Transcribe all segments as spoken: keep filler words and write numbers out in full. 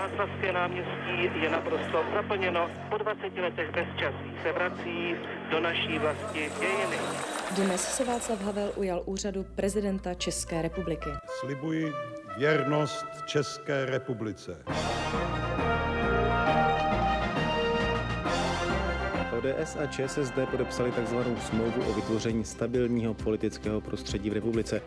Václavské náměstí je naprosto zaplněno. Po dvaceti letech bezčasí se vrací do naší vlasti dějiny. Dnes se Václav Havel ujal úřadu prezidenta České republiky. Slibuji věrnost České republice. O D S a Č S S D podepsali tzv. Smlouvu o vytvoření stabilního politického prostředí v republice.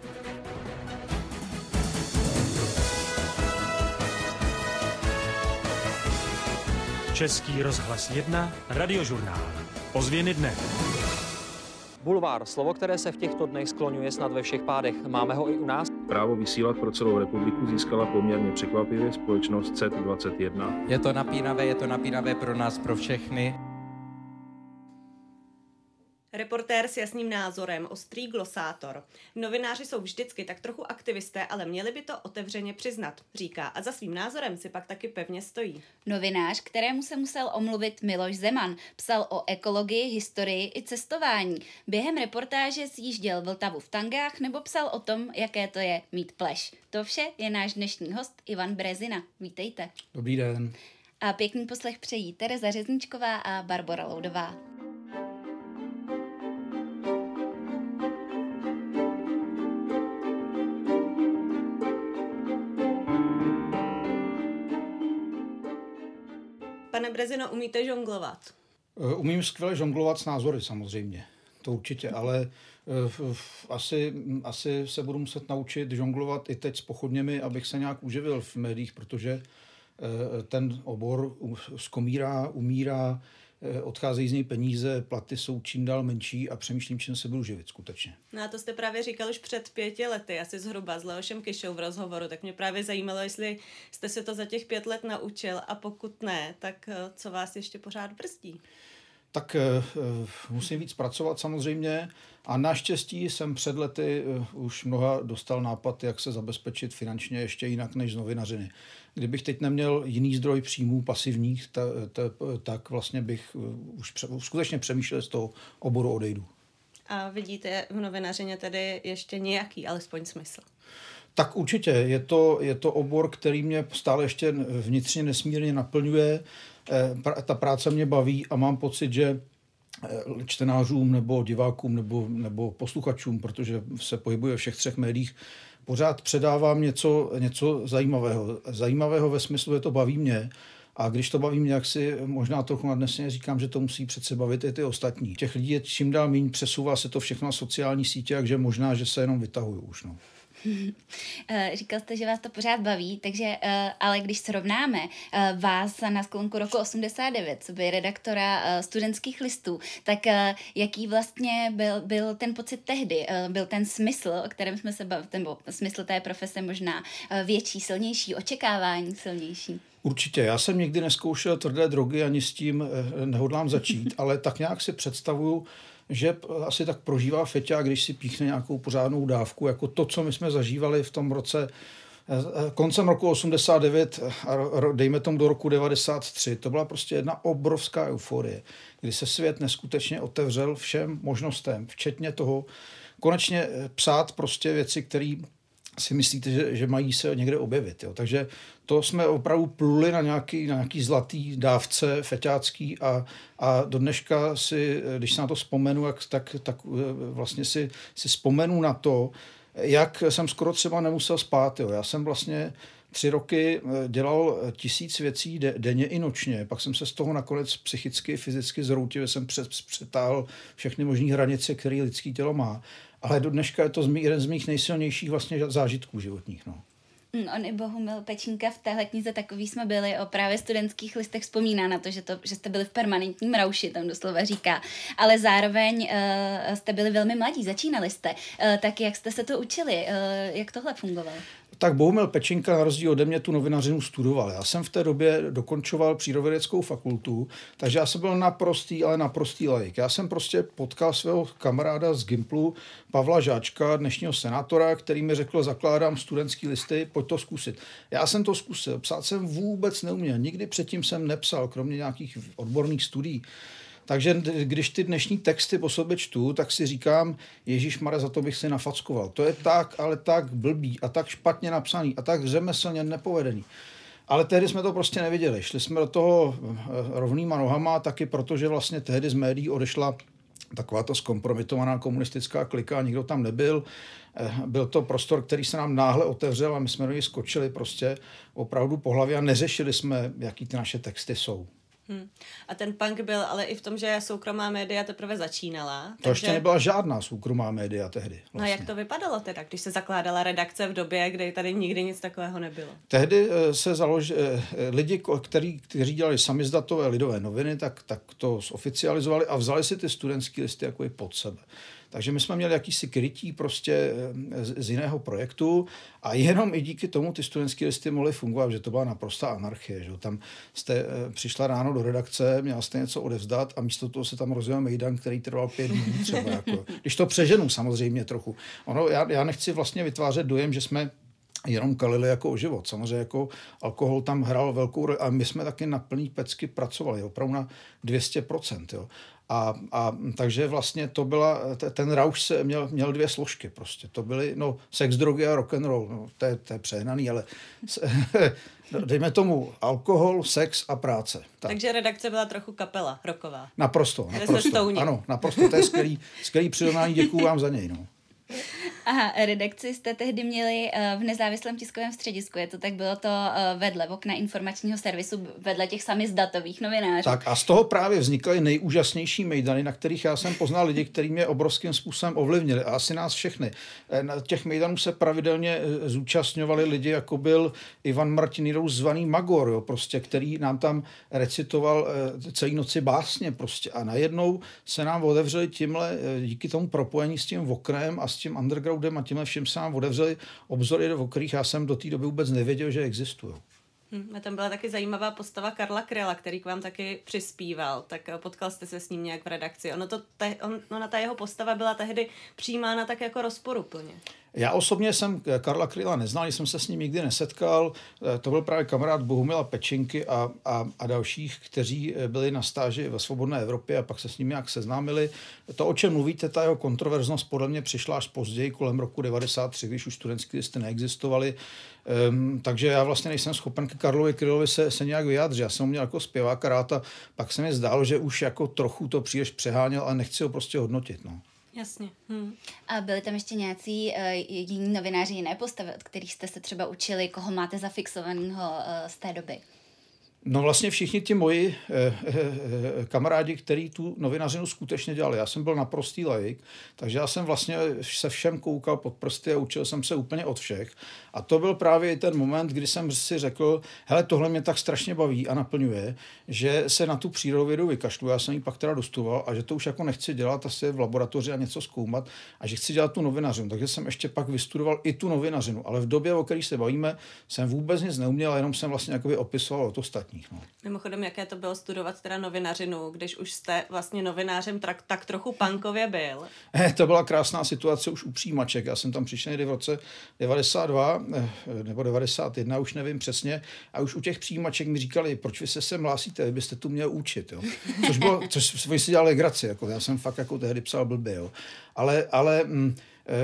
Český rozhlas jedna, Radiožurnál. Ozvěny dne. Bulvár, slovo, které se v těchto dnech skloňuje snad ve všech pádech. Máme ho i u nás. Právo vysílat pro celou republiku získala poměrně překvapivě společnost C E T dvacet jedna. Je to napínavé, je to napínavé pro nás, pro všechny. Reportér s jasným názorem, ostrý glosátor. Novináři jsou vždycky tak trochu aktivisté, ale měli by to otevřeně přiznat, říká, a za svým názorem si pak taky pevně stojí. Novinář, kterému se musel omluvit Miloš Zeman, psal o ekologii, historii i cestování. Během reportáže sjížděl Vltavu v tangách nebo psal o tom, jaké to je mít pleš. To vše je náš dnešní host Ivan Brezina. Vítejte. Dobrý den. A pěkný poslech přejí Tereza Řezničková a Barbora Loudová. Pane Brezino, umíte žonglovat? Umím skvěle žonglovat s názory samozřejmě, to určitě, ale uh, asi, asi se budu muset naučit žonglovat i teď s pochodněmi, abych se nějak uživil v médiích, protože uh, ten obor skomírá, umírá, uh, odcházejí z něj peníze, platy jsou čím dál menší a přemýšlím, čím se budu živit skutečně. No a to jste právě říkal už před pěti lety, asi zhruba s Leošem Kyšou v rozhovoru, tak mě právě zajímalo, jestli jste se to za těch pět let naučil a pokud ne, tak co vás ještě pořád brzdí? Tak uh, musím víc pracovat samozřejmě a naštěstí jsem před lety uh, už mnoha dostal nápad, jak se zabezpečit finančně ještě jinak než z novinařiny. Kdybych teď neměl jiný zdroj příjmů pasivních, ta, ta, tak vlastně bych uh, už pře- skutečně přemýšlel z toho oboru odejdu. A vidíte v novinařině tedy ještě nějaký alespoň smysl? Tak určitě, je to, je to obor, který mě stále ještě vnitřně nesmírně naplňuje. Ta práce mě baví a mám pocit, že čtenářům nebo divákům nebo, nebo posluchačům, protože se pohybuje ve všech třech médiích, pořád předávám něco, něco zajímavého. Zajímavého ve smyslu, že to baví mě. A když to baví mě, jak si možná trochu nadnesně říkám, že to musí přece bavit i ty ostatní. Těch lidí je čím dál méně, přesouvá se to všechno na sociální sítě, takže možná, že se jenom vytahuju už. No. Říkal jste, že vás to pořád baví, takže, ale když srovnáme vás na sklonku roku osmdesát devět, co by redaktora studentských listů, tak jaký vlastně byl, byl ten pocit tehdy? Byl ten smysl, o kterém jsme se bavili, nebo smysl té profese možná větší, silnější, očekávání silnější? Určitě. Já jsem nikdy nezkoušel tvrdé drogy, ani s tím nehodlám začít, ale tak nějak si představuju, že asi tak prožívá feťák, když si píchne nějakou pořádnou dávku, jako to, co my jsme zažívali v tom roce, koncem roku osmdesát devět a dejme tomu do roku devadesát tři. To byla prostě jedna obrovská euforie, kdy se svět neskutečně otevřel všem možnostem, včetně toho konečně psát prostě věci, které si myslíte, že, že mají se někde objevit. Jo. Takže to jsme opravdu pluli na nějaký, na nějaký zlatý dávce feťácký a, a do dneška si, když se na to vzpomenu, jak, tak, tak vlastně si, si vzpomenu na to, jak jsem skoro třeba nemusel spát. Jo. Já jsem vlastně tři roky dělal tisíc věcí denně i nočně. Pak jsem se z toho nakonec psychicky, fyzicky zroutil, jsem přetáhl všechny možné hranice, které lidské tělo má. Ale do dneška je to jeden z mých nejsilnějších vlastně zážitků životních. No. On i Bohumil Pečínka v téhle knize Takový jsme byli o právě studentských listech vzpomíná na to, že, to, že jste byli v permanentním rauši, tam doslova říká. Ale zároveň uh, jste byli velmi mladí, začínali jste. Uh, tak jak jste se to učili? Uh, jak tohle fungovalo? Tak Bohumil Pečínka na rozdíl ode mě tu novinařinu studoval. Já jsem v té době dokončoval přírodovědeckou fakultu, takže já jsem byl naprostý, ale naprostý laik. Já jsem prostě potkal svého kamaráda z Gimplu, Pavla Žáčka, dnešního senátora, který mi řekl, zakládám studentský listy, pojď to zkusit. Já jsem to zkusil, psát jsem vůbec neuměl, nikdy předtím jsem nepsal, kromě nějakých odborných studií. Takže když ty dnešní texty po sobě čtu, tak si říkám, ježišmarja, za to bych si nafackoval. To je tak, ale tak blbý a tak špatně napsaný a tak řemeslně nepovedený. Ale tehdy jsme to prostě neviděli. Šli jsme do toho rovnýma nohama, taky protože vlastně tehdy z médií odešla taková ta zkompromitovaná komunistická klika, nikdo tam nebyl. Byl to prostor, který se nám náhle otevřel a my jsme do něj skočili prostě opravdu po hlavě a neřešili jsme, jaký ty naše texty jsou. Hmm. A ten punk byl ale i v tom, že soukromá média teprve začínala. To takže... ještě nebyla žádná soukromá média tehdy. Vlastně. No a jak to vypadalo teda, když se zakládala redakce v době, kdy tady nikdy nic takového nebylo? Tehdy se založili lidi, který, kteří dělali samizdatové lidové noviny, tak, tak to zoficializovali a vzali si ty studentské listy jako i pod sebe. Takže my jsme měli jakýsi krytí prostě z jiného projektu a jenom i díky tomu ty studentské listy mohly fungovat, že to byla naprostá anarchie. Že? Tam jste přišla ráno do redakce, měla jste něco odevzdat a místo toho se tam rozjel mejdan, který trval pět dní třeba. Jako. Když to přeženu samozřejmě trochu. Ono, já, já nechci vlastně vytvářet dojem, že jsme jenom kalili jako o život. Samozřejmě jako alkohol tam hrál velkou roli a my jsme taky na plný pecky pracovali, opravdu na dvě stě procent. Jo. A, a takže vlastně to byla, ten rauš se měl, měl dvě složky prostě. To byly, no, sex, drogy a rock and roll. No, to, je, to je přehnaný, ale dejme tomu alkohol, sex a práce. Tak. Takže redakce byla trochu kapela rocková. Naprosto, naprosto. Ano, naprosto. To je skvělý, skvělý přirovnání, děkuju vám za něj. No. Aha, redakci jste tehdy měli v nezávislém tiskovém středisku, je to tak, bylo to vedle okna informačního servisu, vedle těch samizdatových novinářů. Tak a z toho právě vznikaly nejúžasnější mejdany, na kterých já jsem poznal lidi, kteří mě obrovským způsobem ovlivnili a asi nás všechny. Na těch mejdanů se pravidelně zúčastňovali lidi, jako byl Ivan Martinírou zvaný Magor, jo, prostě, který nám tam recitoval celý noci básně prostě a najednou se nám otevřeli tímhle, díky tomu propojení s tím oknem a s tím undergroundem a tímhle všem se nám otevřeli obzory, o kterých já jsem do té doby vůbec nevěděl, že existují. Hmm, a tam byla taky zajímavá postava Karla Kryla, který k vám taky přispíval. Tak potkal jste se s ním nějak v redakci. Ono to te, on, ona ta jeho postava byla tehdy přijímána tak jako rozporuplně. Já osobně jsem Karla Kryla neznal, jsem se s ním nikdy nesetkal. To byl právě kamarád Bohumila Pečinky a, a, a dalších, kteří byli na stáži ve Svobodné Evropě a pak se s ním nějak seznámili. To, o čem mluvíte, ta jeho kontroverznost podle mě přišla až později, kolem roku devadesát tři, když už studentské listy neexistovaly. Um, takže já vlastně nejsem schopen k Karlovi Krylovi se, se nějak vyjádřit. Já jsem ho měl jako zpěváka rád a pak se mi zdálo, že už jako trochu to příliš přeháněl, ale nechci ho prostě hodnotit. No. Jasně. Hmm. A byli tam ještě nějací uh, jiní novináři, jiné postavy, od kterých jste se třeba učili, koho máte zafixovaného uh, z té doby? No vlastně všichni ti moji eh, eh, kamarádi, kteří tu novinařinu skutečně dělali. Já jsem byl naprostý laik, takže já jsem vlastně se všem koukal pod prsty a učil jsem se úplně od všech. A to byl právě i ten moment, kdy jsem si řekl, hele, tohle mě tak strašně baví a naplňuje, že se na tu přírodovědu vykašlu. Já jsem ji pak teda dostudoval a že to už jako nechci dělat asi v laboratoři a něco zkoumat a že chci dělat tu novinařinu. Takže jsem ještě pak vystudoval i tu novinařinu. Ale v době, o které se bavíme, jsem vůbec nic neuměl, jenom jsem vlastně jakoby opisoval od ostatních. No. Mimochodem, jaké to bylo studovat teda novinařinu, když už jste vlastně novinářem tak, tak trochu punkově byl? To byla krásná situace už u přijímaček. Já jsem tam přišel někdy v roce devadesát dva nebo devadesát jedna, už nevím přesně, a už u těch přijímaček mi říkali, proč vy se sem hlásíte, vy byste tu měl učit. Jo. Což bylo, což oni si dělali legraci, jako já jsem fakt jako tehdy psal blbě. Jo. Ale, ale mm,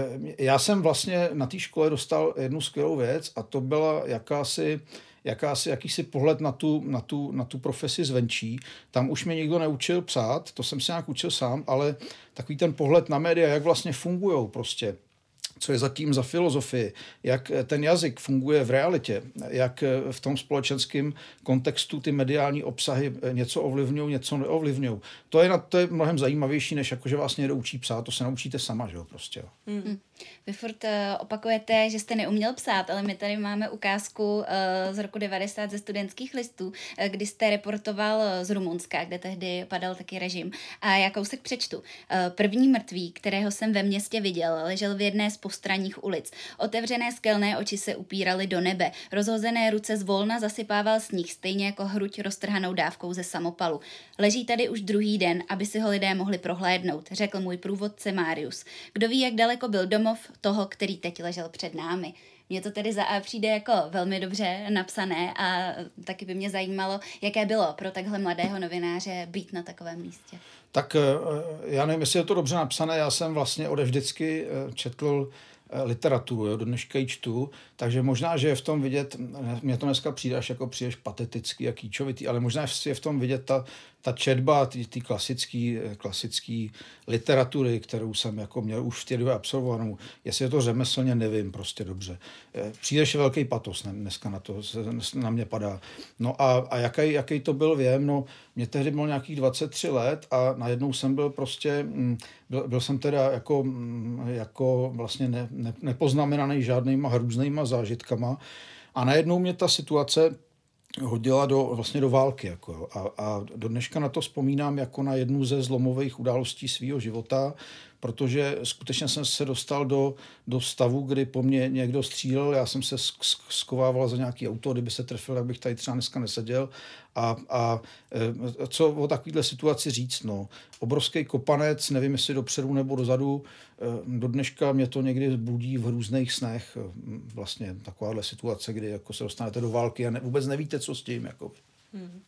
já jsem vlastně na té škole dostal jednu skvělou věc a to byla jakási jakási, jakýsi pohled na tu, na, tu, na tu profesi zvenčí. Tam už mě nikdo neučil psát, to jsem se nějak učil sám, ale takový ten pohled na média, jak vlastně fungujou prostě, co je zatím za filozofii, jak ten jazyk funguje v realitě, jak v tom společenském kontextu ty mediální obsahy něco ovlivňují, něco neovlivňují. To je, to je mnohem zajímavější, než jako, že vás někdo učí psát, to se naučíte sama, že jo, prostě. Mm. Vy furt uh, opakujete, že jste neuměl psát, ale my tady máme ukázku uh, z roku devadesát ze studentských listů, uh, kdy jste reportoval z Rumunska, kde tehdy padal taky režim. A já kousek přečtu. Uh, první mrtvý, kterého jsem ve městě viděl, ležel v jedné z postranních ulic. Otevřené skelné oči se upíraly do nebe. Rozhozené ruce zvolna zasypával sníh, stejně jako hruď roztrhanou dávkou ze samopalu. Leží tady už druhý den, aby si ho lidé mohli prohlédnout, řekl můj průvodce Marius. Kdo ví, jak daleko byl domov toho, který teď ležel před námi. Mně to tedy za A přijde jako velmi dobře napsané a taky by mě zajímalo, jaké bylo pro takhle mladého novináře být na takovém místě. Tak já nevím, jestli je to dobře napsané, já jsem vlastně ode vždycky četl literaturu, jo, do dneška ji čtu, takže možná, že je v tom vidět, mě to dneska přijde až jako příliš patetický a kýčovitý, ale možná je v tom vidět ta, ta četba, ty, ty klasický, klasický literatury, kterou jsem jako měl už v té době absolvovanou. Jestli je to řemeslně, nevím prostě dobře. Přijdeš velký patos dneska na to, na mě padá. No a, a jaký, jaký to byl věm, no mě tehdy bylo nějakých dvacet tři let a najednou jsem byl prostě, byl, byl jsem teda jako, jako vlastně ne, ne, nepoznamenaný žádnýma hrůznýma zážitkama a najednou mě ta situace hodila do, vlastně do války. Jako, a, a do dneška na to vzpomínám jako na jednu ze zlomových událostí svého života, protože skutečně jsem se dostal do, do stavu, kdy po mně někdo střílel, já jsem se skovával za nějaký auto, kdyby se trefil, tak bych tady třeba dneska neseděl. A, a co o takovéhle situaci říct? No, obrovský kopanec, nevím, jestli dopředu nebo dozadu, do dneška mě to někdy budí v různých snech. Vlastně takováhle situace, kdy jako se dostanete do války a ne, vůbec nevíte, co s tím. Jako. Hmm.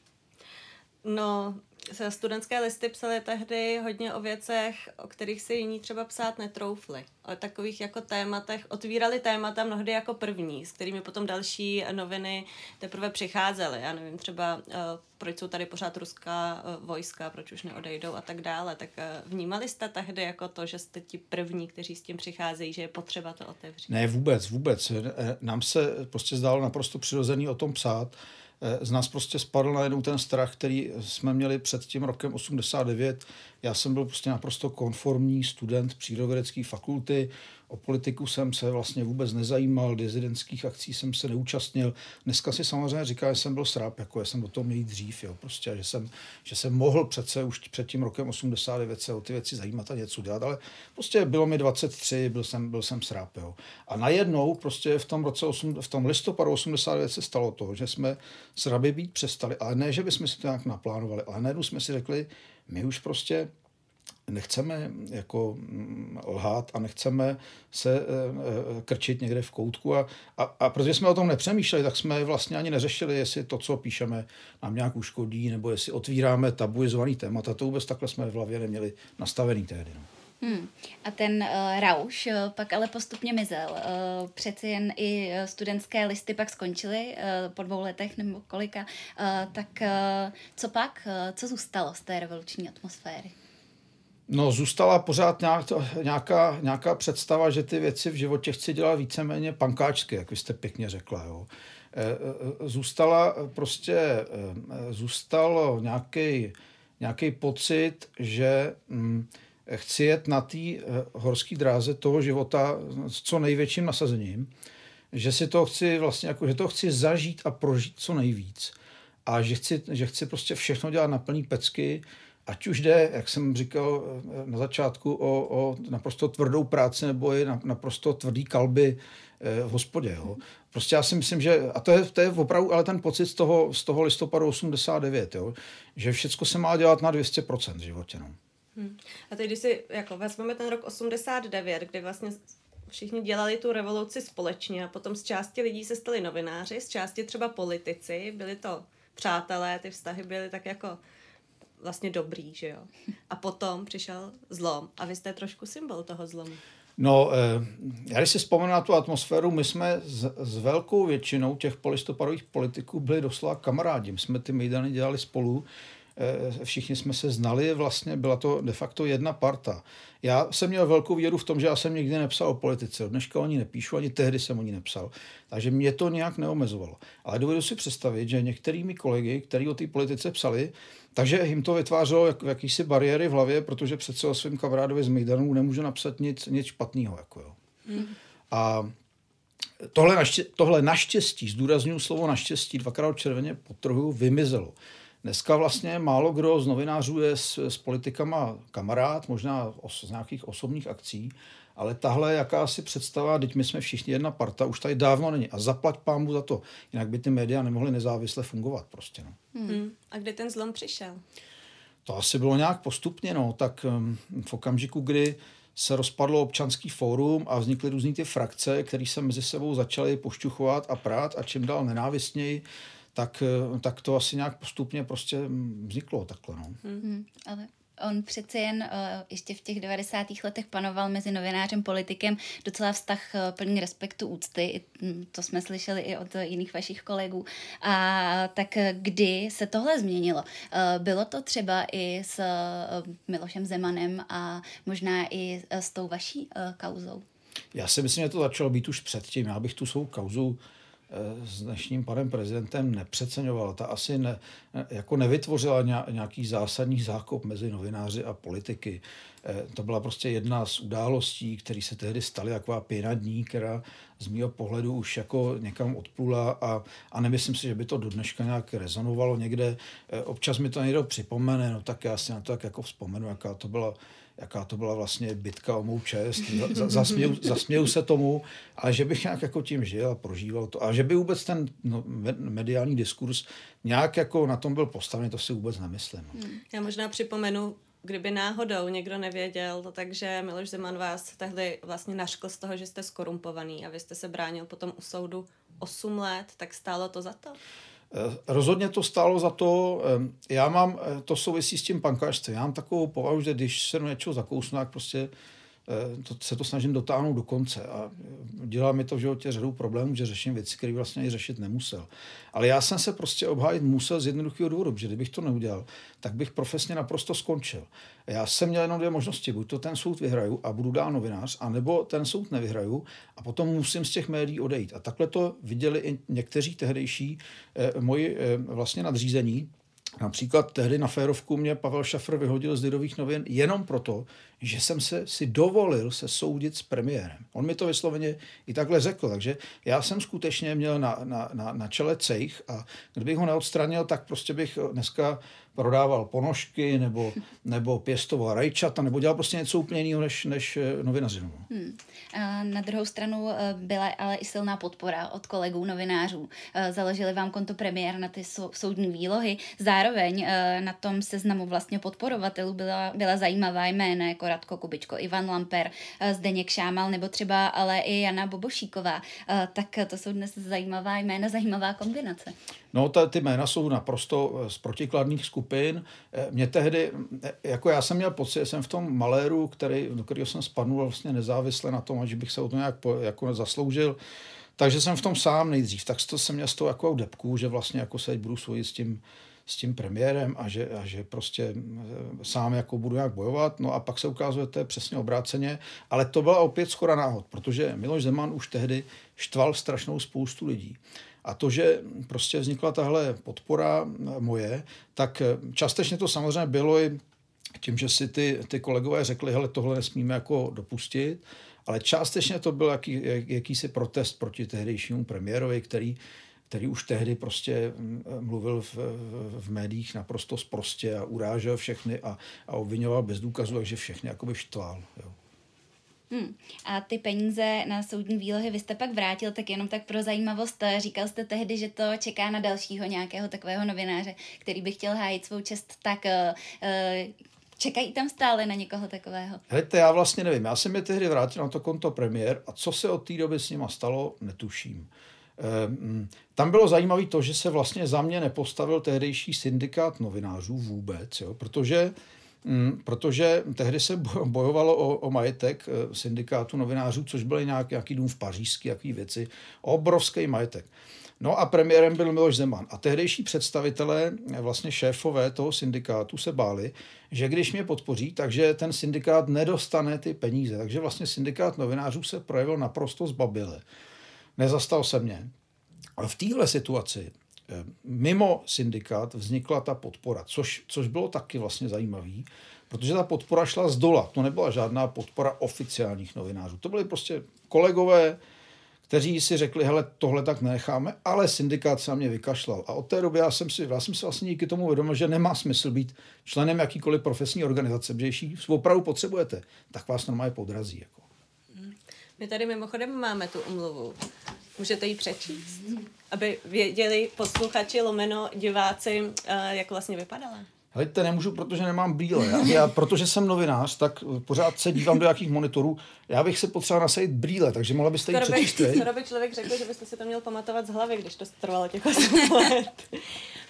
No, se studentské listy psaly tehdy hodně o věcech, o kterých si jiní třeba psát netroufli. O takových jako tématech, otvírali témata mnohdy jako první, s kterými potom další noviny teprve přicházely. Já nevím, třeba uh, proč jsou tady pořád ruská uh, vojska, proč už neodejdou a tak dále. Tak uh, vnímali jste tehdy jako to, že jste ti první, kteří s tím přicházejí, že je potřeba to otevřít? Ne, vůbec, vůbec. Nám se prostě zdálo naprosto přirozený o tom psát. Z nás prostě spadl najednou ten strach, který jsme měli před tím rokem osmdesát devět. Já jsem byl prostě naprosto konformní student přírodovědecké fakulty. O politiku jsem se vlastně vůbec nezajímal, dizidentských akcí jsem se neúčastnil. Dneska si samozřejmě říká, že jsem byl sráp, jako já jsem do toho měl jít dřív, jo, prostě, že jsem, že jsem mohl přece už před tím rokem osmdesát devět se o ty věci zajímat a něco dělat, ale prostě bylo mi dvacet tři, byl jsem, byl jsem sráp, jo. A najednou prostě v tom roce osm, v tom listopadu osmdesát devět se stalo to, že jsme sraby být přestali, ale ne, že bychom si to nějak naplánovali, ale najednou jsme si řekli, my už prostě nechceme jako lhát a nechceme se e, krčit někde v koutku a, a, a protože jsme o tom nepřemýšleli, tak jsme vlastně ani neřešili, jestli to, co píšeme, nám nějak uškodí, nebo jestli otvíráme tabuizovaný témata. To vůbec takhle jsme v hlavě neměli nastavený tehdy. No. Hmm. A ten uh, rauš uh, pak ale postupně mizel. Uh, přeci jen i uh, studentské listy pak skončily uh, po dvou letech nebo kolika. Uh, tak uh, co pak? Uh, co zůstalo z té revoluční atmosféry? No, zůstala pořád nějak, nějaká, nějaká představa, že ty věci v životě chci dělat víceméně pankáčsky, jak vy jste pěkně řekla. Jo. Zůstala prostě, zůstal nějaký, nějaký pocit, že hm, chci jet na té horské dráze toho života s co největším nasazením, že si to chci vlastně, jako, že to chci zažít a prožít co nejvíc a že chci, že chci prostě všechno dělat na plný pecky, ať už jde, jak jsem říkal na začátku, o, o naprosto tvrdou práci nebo i na, naprosto tvrdý kalby v hospodě. Jo. Prostě já si myslím, že, a to je, to je opravdu ale ten pocit z toho, z toho listopadu osmdesát devět, jo, že všecko se má dělat na dvě stě procent v životě. No. Hmm. A teď, když si jako vezmeme ten rok osmdesát devět, kdy vlastně všichni dělali tu revoluci společně a potom z části lidí se stali novináři, z části třeba politici, byli to přátelé, ty vztahy byly tak jako vlastně dobrý, že jo. A potom přišel zlom a vy jste trošku symbol toho zlomu. No, já když si vzpomenu na tu atmosféru, my jsme s, s velkou většinou těch polistopadových politiků byli doslova kamarádi. My jsme ty mejdany dělali spolu, všichni jsme se znali, vlastně byla to de facto jedna parta. Já jsem měl velkou věru v tom, že já jsem nikdy nepsal o politice. Od dneška o ní nepíšu, ani tehdy jsem o ní nepsal. Takže mě to nějak neomezovalo. Ale dovedu si představit, že některými kolegy, kteří o té politice psali, takže jim to vytvářelo jak, jakýsi bariéry v hlavě, protože přece o svým kamarádovi z Mejdanů nemůže napsat nic, nic špatného. Jako jo. Mm. A tohle, naště, tohle naštěstí, zdůrazňuji slovo naštěstí, dvakrát červeně podtrhuju, vymizelo. Dneska vlastně málo kdo z novinářů je s, s politikama kamarád, možná os, z nějakých osobních akcí, ale tahle jakási představa, teď my jsme všichni jedna parta, už tady dávno není. A zaplať pánbu za to. Jinak by ty média nemohly nezávisle fungovat prostě. No. Hmm. A kdy ten zlom přišel? To asi bylo nějak postupně, no. Tak um, v okamžiku, kdy se rozpadlo občanský fórum a vznikly různý ty frakce, které se mezi sebou začaly pošťuchovat a prát a čím dál nenávistněji, tak, tak to asi nějak postupně prostě vzniklo takhle. No. Hmm. Ale On přece jen uh, ještě v těch devadesátých letech panoval mezi novinářem, politikem docela vztah uh, plný respektu, úcty. I, m, to jsme slyšeli i od jiných vašich kolegů. A tak kdy se tohle změnilo? Uh, bylo to třeba i s uh, Milošem Zemanem a možná i uh, s tou vaší uh, kauzou? Já si myslím, že to začalo být už předtím. Já bych tu svou kauzu s dnešním panem prezidentem nepřeceňoval. Ta asi ne, jako nevytvořila nějaký zásadní zákop mezi novináři a politiky. To byla prostě jedna z událostí, které se tehdy staly, taková pěna dní, která z mého pohledu už jako někam odplula a, a nemyslím si, že by to do dneška nějak rezonovalo někde. Občas mi to někdo připomene, no tak já si na to tak jako vzpomenu, jaká to byla jaká to byla vlastně bitka o mou čest. Zasměju, zasměju se tomu, ale že bych nějak jako tím žil a prožíval to. A že by vůbec ten no, mediální diskurs nějak jako na tom byl postavený, to si vůbec nemyslím. Hmm. Já možná připomenu, kdyby náhodou někdo nevěděl, to takže Miloš Zeman vás tehdy vlastně naškl z toho, že jste skorumpovaný a vy jste se bránil potom u soudu osm let, tak stálo to za to? Rozhodně to stálo za to. Já mám, to souvisí s tím pankářstvím. Já mám takovou povahu, že když se do něčeho zakousnu, tak prostě to, se to snažím dotáhnout do konce. A dělá mi to v životě řadu problémů, že řeším věci, které vlastně ani řešit nemusel. Ale já jsem se prostě obhájit musel z jednoduchého důvodu, že kdybych to neudělal, tak bych profesně naprosto skončil. Já jsem měl jenom dvě možnosti. Buď to ten soud vyhraju a budu dál novinář, anebo ten soud nevyhraju a potom musím z těch médií odejít. A takhle to viděli i někteří tehdejší eh, moji eh, vlastně nadřízení. Například tehdy na férovku mě Pavel Šafr vyhodil z Lidových novin jenom proto, že jsem se si dovolil se soudit s premiérem. On mi to vysloveně i takhle řekl, takže já jsem skutečně měl na, na, na, na čele cejch a kdybych ho neodstranil, tak prostě bych dneska prodával ponožky nebo, nebo pěstoval rajčata nebo dělal prostě něco úplně jiného než, než novinařinu. Hmm. A na druhou stranu byla ale i silná podpora od kolegů novinářů. Založili vám konto Premiér na ty soudní výlohy. Zároveň na tom seznamu vlastně podporovatelů byla, byla zajímavá jména jako Radko Kubičko, Ivan Lamper, Zdeněk Šámal nebo třeba ale i Jana Bobošíková. Tak to jsou dnes zajímavá jména, zajímavá kombinace. No, ta, ty jména jsou naprosto z protikladných skupin. Mě tehdy, jako já jsem měl pocit, že jsem v tom maléru, který, do kterého jsem spadnul vlastně nezávisle na tom, že bych se o to nějak po, jako zasloužil, takže jsem v tom sám nejdřív. Tak to jsem měl z toho jako depku, že vlastně jako se budu svojit s tím, s tím premiérem a že, a že prostě sám jako budu nějak bojovat. No a pak se ukázalo, že to je přesně obráceně. Ale to byla opět shoda náhod, protože Miloš Zeman už tehdy štval strašnou spoustu lidí. A to, že prostě vznikla tahle podpora moje, tak částečně to samozřejmě bylo i tím, že si ty, ty kolegové řekli, hele, tohle nesmíme jako dopustit, ale částečně to byl jaký, jakýsi protest proti tehdejšímu premiérovi, který, který už tehdy prostě mluvil v, v médiích naprosto sprostě a urážel všechny a, a obvinoval bez důkazů, takže všechny jakoby štval. Jo. Hmm. A ty peníze na soudní výlohy vy jste pak vrátil, tak jenom tak pro zajímavost. Říkal jste tehdy, že to čeká na dalšího nějakého takového novináře, který by chtěl hájit svou čest, tak uh, čekají tam stále na někoho takového? Hejte, já vlastně nevím. Já jsem je tehdy vrátil na to konto Premiér a co se od té doby s nima stalo, netuším. Um, tam bylo zajímavé to, že se vlastně za mě nepostavil tehdejší syndikát novinářů vůbec, jo, protože Mm, protože tehdy se bojovalo o, o majetek syndikátu novinářů, což byl nějak, nějaký dům v Pařížský, jaký věci, obrovský majetek. No a premiérem byl Miloš Zeman. A tehdejší představitelé, vlastně šéfové toho syndikátu se báli, že když mě podpoří, takže ten syndikát nedostane ty peníze. Takže vlastně syndikát novinářů se projevil naprosto zbabile. Nezastal se mě. Ale v téhle situaci mimo syndikát vznikla ta podpora, což, což bylo taky vlastně zajímavý, protože ta podpora šla z dola. To nebyla žádná podpora oficiálních novinářů. To byli prostě kolegové, kteří si řekli, hele, tohle tak necháme, ale syndikát se na mě vykašlal. A od té doby já jsem si, já jsem si vlastně díky tomu uvědomil, že nemá smysl být členem jakýkoliv profesní organizace, protože když ji opravdu potřebujete, tak vás normálně podrazí. Jako. My tady mimochodem máme tu umluvu. Můžete ji přečíst, aby věděli posluchači lomeno diváci, jak vlastně vypadala? Hejte, nemůžu, protože nemám brýle. Já, já, protože jsem novinář, tak pořád se dívám do jakých monitorů. Já bych se potřeboval nasadit brýle, takže mohla byste ji přečíst. Skoro by člověk řekl, že byste si to měl pamatovat z hlavy, když to trvalo těch osm let.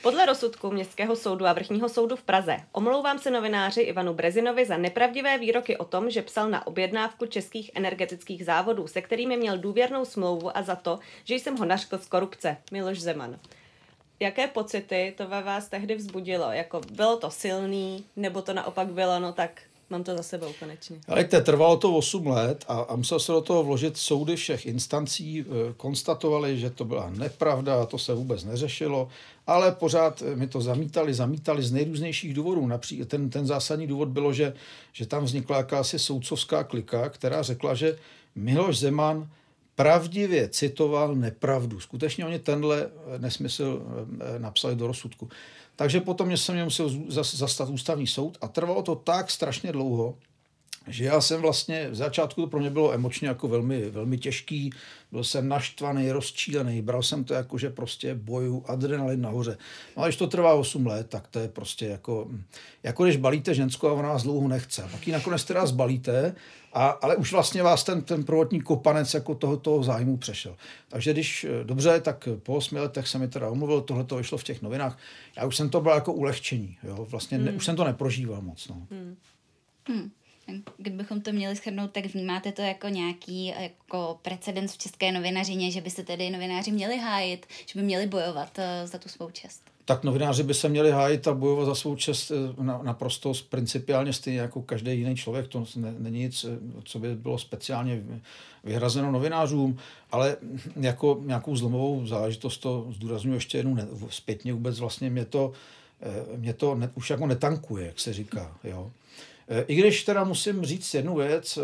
Podle rozsudku Městského soudu a Vrchního soudu v Praze omlouvám se novináři Ivanu Brezinovi za nepravdivé výroky o tom, že psal na objednávku českých energetických závodů, se kterými měl důvěrnou smlouvu, a za to, že jsem ho nařkl z korupce. Miloš Zeman. Jaké pocity to ve vás tehdy vzbudilo? Jako bylo to silný, nebo to naopak bylo, no tak mám to za sebou konečně. Ale to trvalo to osm let a, a musel se do toho vložit soudy všech instancí, e, konstatovali, že to byla nepravda, to se vůbec neřešilo, ale pořád mi to zamítali, zamítali z nejrůznějších důvodů. Napří, ten, ten zásadní důvod bylo, že, že tam vznikla jakási soudcovská klika, která řekla, že Miloš Zeman pravdivě citoval nepravdu. Skutečně oni tenhle nesmysl napsali do rozsudku. Takže potom mě se mě musel zastat ústavní soud a trvalo to tak strašně dlouho, že já jsem vlastně, v začátku to pro mě bylo emočně jako velmi, velmi těžký, byl jsem naštvaný, rozčílený, bral jsem to jako, že prostě boju, adrenalin nahoře. No a když to trvá osm let, tak to je prostě jako, jako když balíte ženskou a ona vás dlouho nechce. Pak ji nakonec teda zbalíte, a, ale už vlastně vás ten, ten prvotní kopanec jako toho, toho zájmu přešel. Takže když dobře, tak po osmi letech se mi teda omluvil, tohle to vyšlo v těch novinách. Já už jsem to bral jako ulehčení, jo? Vlastně hmm. ne, už jsem to neprožíval moc. No. Hmm. Hmm. Kdybychom to měli shrnout, tak vnímáte to jako nějaký jako precedens v české novinařině, že by se tedy novináři měli hájit, že by měli bojovat uh, za tu svou čest? Tak novináři by se měli hájit a bojovat za svou čest na, naprosto principiálně stejně jako každý jiný člověk. To ne, není nic, co by bylo speciálně vyhrazeno novinářům, ale jako nějakou zlomovou záležitost to zdůraznuju ještě jednou ne, zpětně vůbec vlastně mě to, mě to ne, už jako netankuje, jak se říká, jo. I když teda musím říct jednu věc,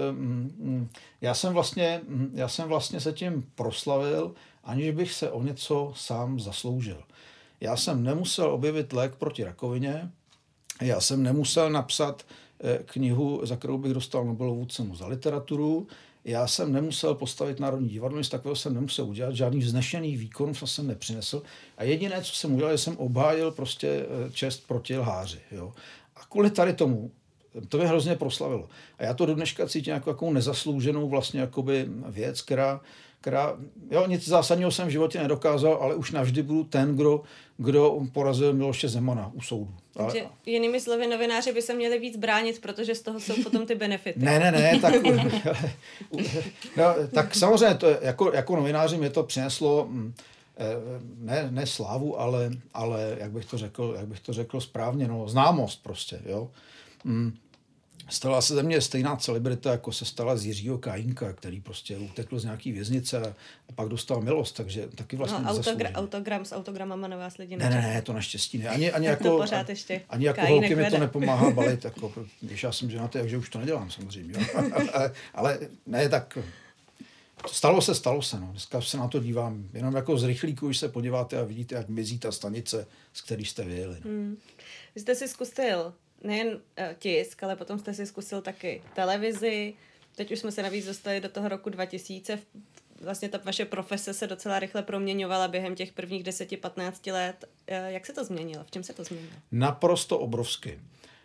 já jsem vlastně, já jsem vlastně se tím proslavil, aniž bych se o něco sám zasloužil. Já jsem nemusel objevit lék proti rakovině, já jsem nemusel napsat knihu, za kterou bych dostal Nobelovu cenu za literaturu, já jsem nemusel postavit Národní divadlo, nic takového jsem nemusel udělat, žádný vznešený výkon jsem nepřinesl a jediné, co jsem udělal, je, jsem obhájil prostě čest proti lháři. Jo. A kvůli tady tomu to mě hrozně proslavilo. A já to do dneška cítím jako jakou nezaslouženou vlastně jakoby věc, která, která, jo, nic zásadního jsem v životě nedokázal, ale už navždy budu ten, kdo, kdo porazil Miloše Zemana u soudu. Takže ale, jinými slovy, novináři by se měli víc bránit, protože z toho jsou potom ty benefity. Ne, ne, ne, tak, no, tak samozřejmě to, jako, jako novináři mě to přineslo ne, ne slávu, ale, ale jak bych to řekl, jak bych to řekl správně, no, známost prostě, jo. Stala se ze mě stejná celebrita, jako se stala z Jiřího Kajínka, který prostě utekl z nějaký věznice a, a pak dostal milost, takže taky vlastně no, autogra- autogram s autogramama na vás lidi ne, ne, ne, to naštěstí ne. Ani, ani jako, pořád ještě ani jako holky mi to nepomáhá balit, jako, když já jsem ženatý, takže už to nedělám samozřejmě. ale, ale ne, tak stalo se, stalo se. No. Dneska se na to dívám jenom jako z rychlíku, když se podíváte a vidíte, jak mizí ta stanice, z který jste vyjeli. No. Hmm. Vy jste si zkusil nejen uh, tisk, ale potom jste si zkusil taky televizi. Teď už jsme se navíc dostali do toho roku dva tisíce. Vlastně ta vaše profese se docela rychle proměňovala během těch prvních deset patnáct let. Uh, jak se to změnilo? V čem se to změnilo? Naprosto obrovsky.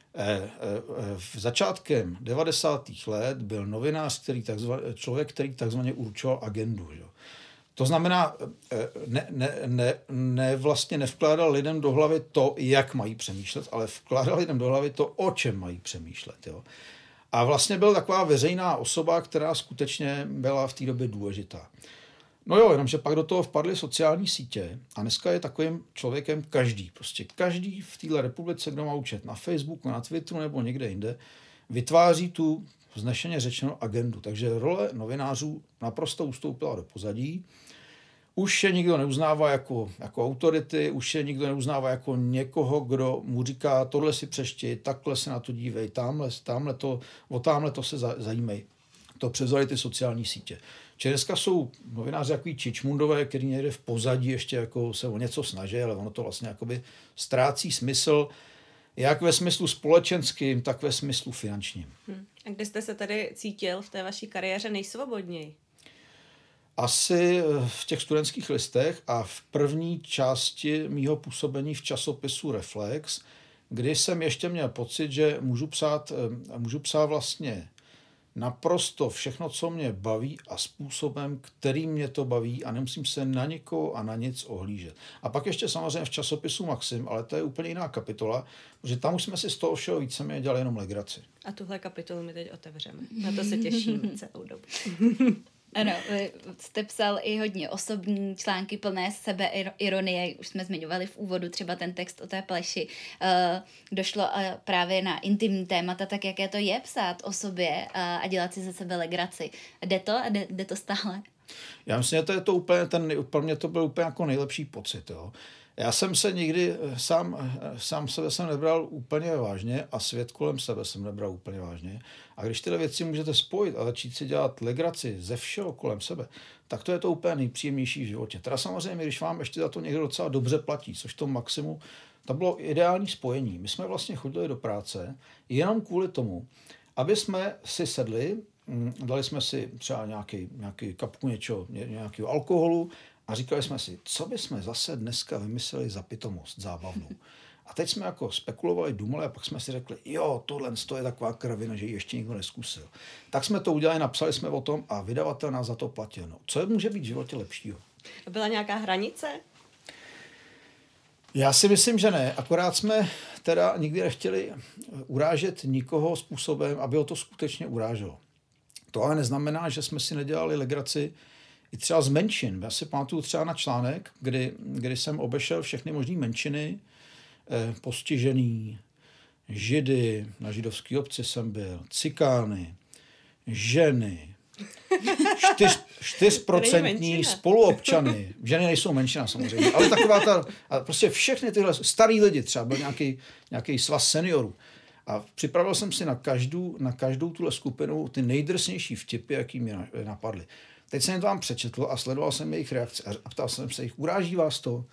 V začátkem devadesátých let byl novinář, který takzva, člověk, který takzvaně určoval agendu. Jo. To znamená, ne, ne, ne, ne vlastně nevkládal lidem do hlavy to, jak mají přemýšlet, ale vkládal lidem do hlavy to, o čem mají přemýšlet. Jo. A vlastně byl taková veřejná osoba, která skutečně byla v té době důležitá. No jo, jenomže pak do toho vpadly sociální sítě a dneska je takovým člověkem každý. Prostě každý v téhle republice, kdo má účet na Facebooku, na Twitteru nebo někde jinde, vytváří tu vznešeně řečeno agendu. Takže role novinářů naprosto ustoupila do pozadí. Už je nikdo neuznává jako, jako autority, už je nikdo neuznává jako někoho, kdo mu říká, tohle si přešti, takhle se na to dívej, tamhle, tamhle to, o tamhle to se zajímej. To převzali ty sociální sítě. Čili dneska jsou novináři takový čičmundové, který někde v pozadí ještě jako se o něco snaží, ale ono to vlastně jakoby ztrácí smysl, jak ve smyslu společenským, tak ve smyslu finančním. Hmm. A kde jste se tady cítil v té vaší kariéře nejsvobodněji? Asi v těch studentských listech a v první části mýho působení v časopisu Reflex, kdy jsem ještě měl pocit, že můžu psát, můžu psát vlastně naprosto všechno, co mě baví a způsobem, který mě to baví a nemusím se na někoho a na nic ohlížet. A pak ještě samozřejmě v časopisu Maxim, ale to je úplně jiná kapitola, protože tam už jsme si z toho všeho víceméně dělali jenom legraci. A tuhle kapitolu my teď otevřeme. Na to se těším celou dobu. Ano, jste psal i hodně osobní články plné sebeironie, už jsme zmiňovali v úvodu třeba ten text o té pleši. Došlo právě na intimní témata, tak jaké to je psát o sobě a dělat si ze sebe legraci. Jde to a jde, jde to stále? Já myslím, že to je to úplně, ten, pro mě to byl úplně jako nejlepší pocit. Jo. Já jsem se nikdy sám, sám sebe jsem nebral úplně vážně a svět kolem sebe jsem nebral úplně vážně. A když tyhle věci můžete spojit a začít si dělat legraci ze všeho kolem sebe, tak to je to úplně nejpříjemnější v životě. Teda samozřejmě, když vám ještě za to někdo docela dobře platí, což to Maximu, to bylo ideální spojení. My jsme vlastně chodili do práce jenom kvůli tomu, aby jsme si sedli, dali jsme si třeba nějaký, nějaký kapku něčeho, nějakého alkoholu, a říkali jsme si, co bychom zase dneska vymysleli za pitomost zábavnou. A teď jsme jako spekulovali, dumali a pak jsme si řekli, jo, tohle je taková kravina, že ji ještě nikdo neskusil. Tak jsme to udělali, napsali jsme o tom a vydavatel nás za to platil. No, co může být v životě lepšího? Byla nějaká hranice? Já si myslím, že ne. Akorát jsme teda nikdy nechtěli urážet nikoho způsobem, aby ho to skutečně uráželo. To ale neznamená, že jsme si nedělali legraci i třeba z menšin. Já si pamatuju třeba na článek, kdy, kdy jsem obešel všechny možné menšiny, eh, postižený, židy, na židovské obci jsem byl, cikány, ženy, čtyř, čtyřprocentní spoluobčany. Ženy nejsou menšina samozřejmě, ale taková ta, a prostě všechny tyhle starý lidi, třeba byl nějaký, nějaký svaz seniorů. A připravil jsem si na každou, na každou tuhle skupinu ty nejdrsnější vtipy, jaký mě napadly. Teď jsem to vám přečetl a sledoval jsem jejich reakce a ptal jsem se jich, uráží vás to?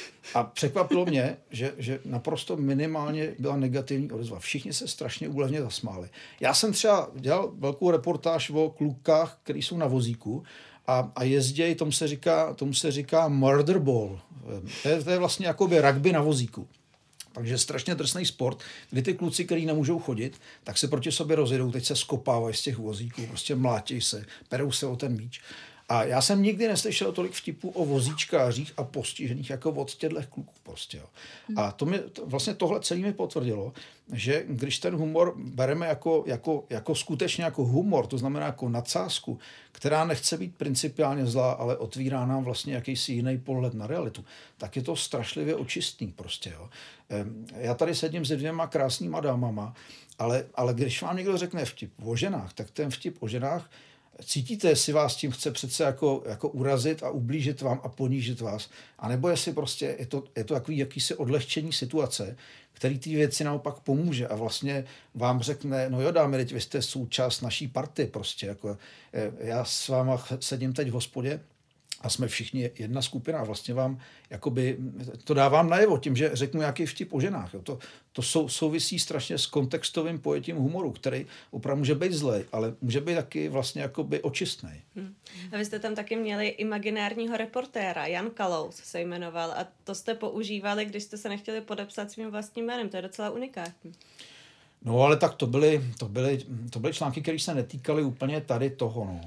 A překvapilo mě, že, že naprosto minimálně byla negativní odezva. Všichni se strašně úlevně zasmáli. Já jsem třeba dělal velkou reportáž o klukách, který jsou na vozíku a, a jezdějí, tomu se říká, tomu se říká murder ball. To je, to je vlastně jakoby rugby na vozíku. Takže strašně drsný sport, kdy ty kluci, kteří nemůžou chodit, tak se proti sobě rozjedou, teď se skopávají z těch vozíků, prostě mlátí se, perou se o ten míč. A já jsem nikdy neslyšel tolik vtipů o vozíčkářích a postižených jako od těchto kluků prostě. Jo. A to mi, to, vlastně tohle celý mi potvrdilo, že když ten humor bereme jako, jako, jako skutečně jako humor, to znamená jako nadsázku, která nechce být principiálně zlá, ale otvírá nám vlastně jakýsi jiný pohled na realitu, tak je to strašlivě očistný prostě. Jo. Já tady sedím se dvěma krásnýma dámama, ale, ale když vám někdo řekne vtip o ženách, tak ten vtip o ženách cítíte, jestli vás tím chce přece jako, jako urazit a ublížit vám a ponížit vás, anebo jestli prostě je to, je to takový jakýsi odlehčení situace, který ty věci naopak pomůže a vlastně vám řekne, no jo, dámy, teď vy jste součást naší party prostě, jako já s váma sedím teď v hospodě a jsme všichni jedna skupina a vlastně vám jakoby to dávám najevo tím, že řeknu nějaký vtip o ženách. Jo. To, to sou, souvisí strašně s kontextovým pojetím humoru, který opravdu může být zlej, ale může být taky vlastně jakoby očistnej. Hmm. A vy jste tam taky měli imaginárního reportéra, Jan Kalous se jmenoval a to jste používali, když jste se nechtěli podepsat svým vlastním jménem. To je docela unikátní. No ale tak to byly, to byly, to byly články, které se netýkaly úplně tady toho. No.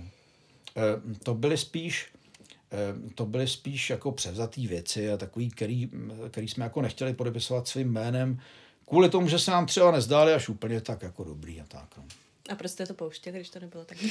E, to byly spíš To byly spíš jako převzatý věci a takový, který, který jsme jako nechtěli podepisovat svým jménem, kvůli tomu, že se nám třeba nezdály až úplně tak jako dobrý a tak. A proč jste to pouštěli, když to nebylo tak?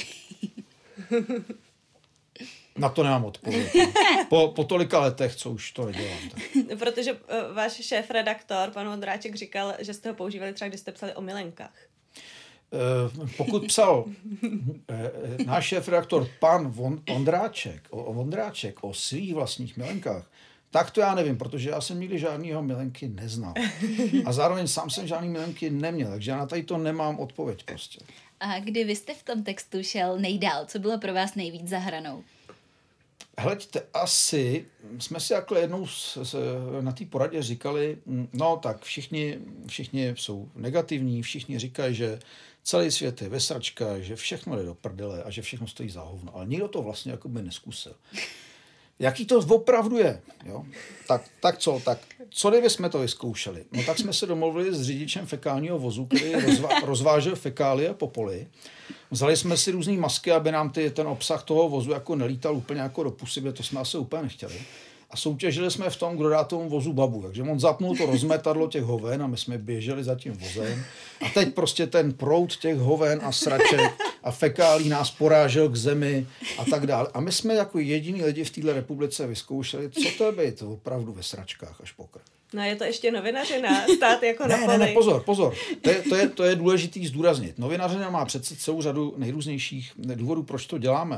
Na to nemám odpověď. Po, po tolika letech, co už to nedělám. Tak. Protože uh, váš šéf-redaktor, pan Vondráček, říkal, že jste ho používali třeba, když jste psali o milenkách. Pokud psal náš šéf-redaktor pan Vondráček o, Vondráček o svých vlastních milenkách, tak to já nevím, protože já jsem nikdy žádnýho milenky neznal. A zároveň sám jsem žádný milenky neměl, takže já na tady to nemám odpověď prostě. A kdy vy jste v tom textu šel nejdál? Co bylo pro vás nejvíc za hranou? Hleďte, asi jsme si takhle jednou s, s, na té poradě říkali, no tak všichni, všichni jsou negativní, všichni říkají, že celý svět je vesračka, že všechno jde do prdele a že všechno stojí za hovno. Ale nikdo to vlastně jakoby neskusil. Jaký to opravdu je? Jo? Tak, tak co? Tak co kdyby jsme to vyzkoušeli? No tak jsme se domluvili s řidičem fekálního vozu, který rozva- rozvážel fekálie po poli. Vzali jsme si různý masky, aby nám ty, ten obsah toho vozu jako nelítal úplně jako do pusy, protože to jsme asi úplně nechtěli. A soutěžili jsme v tom, kdo dá tomu vozu babu. Takže on zapnul to rozmetadlo těch hoven a my jsme běželi za tím vozem. A teď prostě ten proud těch hoven a sraček a fekálí nás porážel k zemi a tak dále. A my jsme jako jediní lidi v této republice vyzkoušeli, co to je být opravdu ve sračkách až po krk. No je to ještě novinařina, stát jako na ne, poli. ne, ne, pozor, pozor. To je, to je, to je důležitý zdůraznit. Novinařina má přece celou řadu nejrůznějších důvodů, proč to děláme.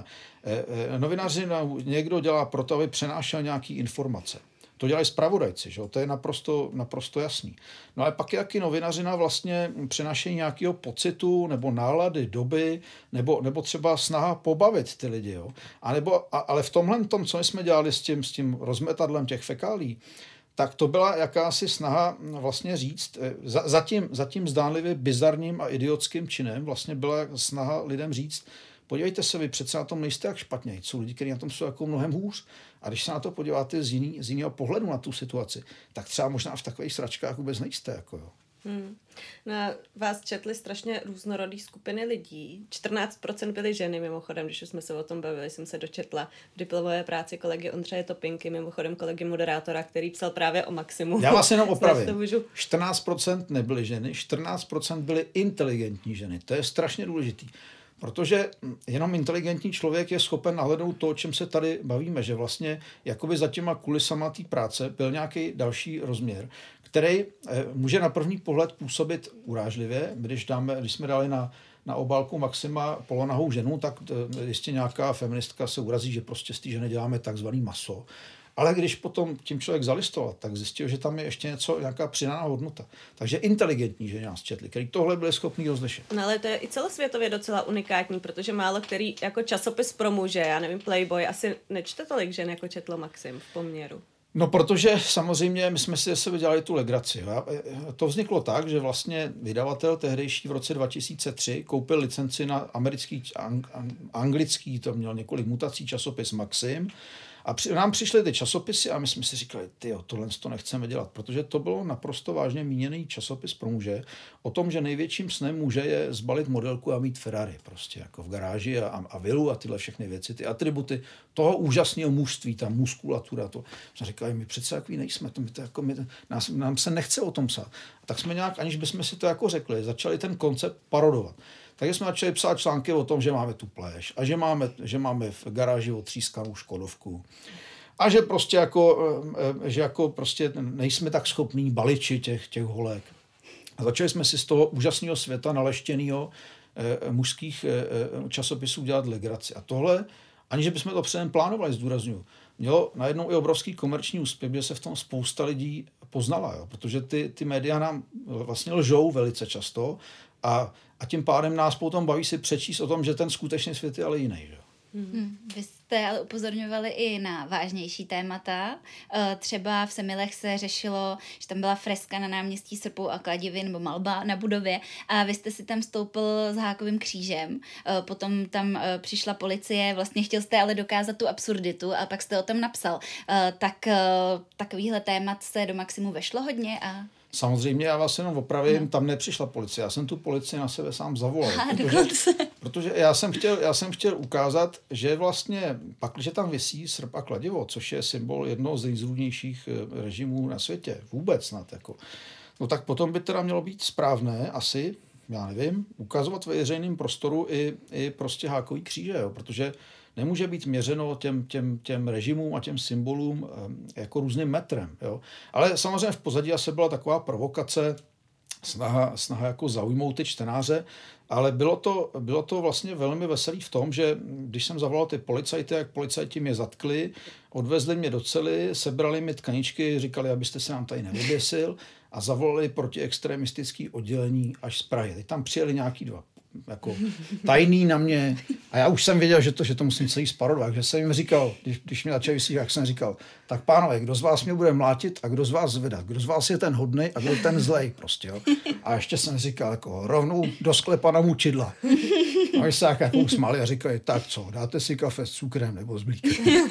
Novinařina někdo dělá proto, aby přenášel nějaký informace. To dělají zpravodajci, že? To je naprosto, naprosto jasný. No ale pak jaký novinařina vlastně přenášejí nějakého pocitu nebo nálady, doby, nebo, nebo třeba snaha pobavit ty lidi. Jo? A nebo, a, ale v tomhle tom, co jsme dělali s tím, s tím rozmetadlem těch fekálí, tak to byla jakási snaha vlastně říct, za, za, tím, za tím zdánlivě bizarním a idiotským činem vlastně byla snaha lidem říct, podívejte se, vy přece na tom nejste jak špatně, jsou lidi, kteří na tom jsou jako mnohem hůř. A když se na to podíváte z, jiný, z jiného pohledu na tu situaci, tak třeba možná v takových sračkách vůbec nejste. Jako jo. Hmm. No, vás četli strašně různorodý skupiny lidí. čtrnáct procent byly ženy, mimochodem, když už jsme se o tom bavili, jsem se dočetla v diplomové práci kolegy Ondřeje Topinky, mimochodem kolegy moderátora, který psal právě o Maximu. Já vás jenom opravím. čtrnáct procent nebyly ženy, čtrnáct procent byly inteligentní ženy. To je strašně důležitý. Protože jenom inteligentní člověk je schopen nahlédnout to, o čem se tady bavíme, že vlastně jakoby za těma kulisama té práce byl nějaký další rozměr, který může na první pohled působit urážlivě. Když, dáme, když jsme dali na, na obálku Maxima polonahou ženu, tak jistě nějaká feministka se urazí, že prostě z té ženy děláme takzvaný maso. Ale když potom tím člověk zalistoval, tak zjistil, že tam je ještě něco, nějaká přidaná hodnota. Takže inteligentní ženy nás četli, který tohle byli schopni rozlišit. No ale to je i celosvětově docela unikátní, protože málo který jako časopis pro muže, já nevím, Playboy, asi nečte tolik žen, jako četlo Maxim v poměru. No, protože samozřejmě my jsme si ze sebe dělali tu legraci. Jo. To vzniklo tak, že vlastně vydavatel tehdejší v roce dva tisíce tři koupil licenci na americký, ang, anglický, to měl několik mutací, časopis Maxim. A při, nám přišly ty časopisy a my jsme si říkali, tyjo, tohle to nechceme dělat, protože to bylo naprosto vážně míněný časopis pro muže o tom, že největším snem muže je zbalit modelku a mít Ferrari prostě jako v garáži a, a vilu a tyhle všechny věci, ty atributy toho úžasného mužství, ta muskulatura, to. Jsme říkali, my přece takový nejsme, to, my to jako, my, nás, nám se nechce o tom psát. A tak jsme nějak, aniž bychom si to jako řekli, začali ten koncept parodovat. Takže jsme začali psát články o tom, že máme tu pléž a že máme, že máme v garáži otřískanou Škodovku. A že prostě jako, že jako prostě nejsme tak schopní baliči těch, těch holek. A začali jsme si z toho úžasného světa naleštěného eh, mužských eh, časopisů dělat legraci. A tohle, aniž bychom to předem plánovali, zdůrazňuji, mělo najednou i obrovský komerční úspěch, že se v tom spousta lidí poznala, jo? Protože ty, ty média nám vlastně lžou velice často a A tím pádem nás potom baví si přečíst o tom, že ten skutečný svět je ale jiný. Že? Hmm. Vy jste ale upozorňovali i na vážnější témata. Třeba v Semilech se řešilo, že tam byla freska na náměstí Srpů a Kladivy nebo malba na budově a vy jste si tam stoupil s hákovým křížem. Potom tam přišla policie, vlastně chtěl jste ale dokázat tu absurditu a pak jste o tom napsal. Tak takovýhle témat se do Maximu vešlo hodně a... Samozřejmě, já vás jenom opravím, no. Tam nepřišla policie. Já jsem tu policii na sebe sám zavolal. Aha, protože, protože já jsem chtěl, já jsem chtěl ukázat, že vlastně pak, když tam visí srp a kladivo, což je symbol jednoho z nejzrůdnějších režimů na světě, vůbec snad, jako, no tak potom by teda mělo být správné asi, já nevím, ukazovat ve veřejném prostoru i, i prostě hákový kříže, jo, protože nemůže být měřeno těm, těm, těm režimům a těm symbolům jako různým metrem. Jo? Ale samozřejmě v pozadí asi byla taková provokace, snaha, snaha jako zaujmout ty čtenáře, ale bylo to, bylo to vlastně velmi veselý v tom, že když jsem zavolal ty policajty, jak policajti mě zatkli, odvezli mě do cely, sebrali mi tkaničky, říkali, abyste se nám tady nevyděsil a zavolali protiextremistické oddělení až z Prahy. Teď tam přijeli nějaký dva jako tajný na mě. A já už jsem věděl, že to, že to musím celý sparovat. Takže jsem jim říkal, když, když mě začali vysílat, jak jsem říkal, tak pánové, kdo z vás mě bude mlátit a kdo z vás zvedat? Kdo z vás je ten hodnej a kdo ten zlej prostě, jo? A ještě jsem říkal, jako rovnou do sklepa na mučidla. A oni se jako usmáli a říkali, tak co, dáte si kafe s cukrem nebo s mlíkem?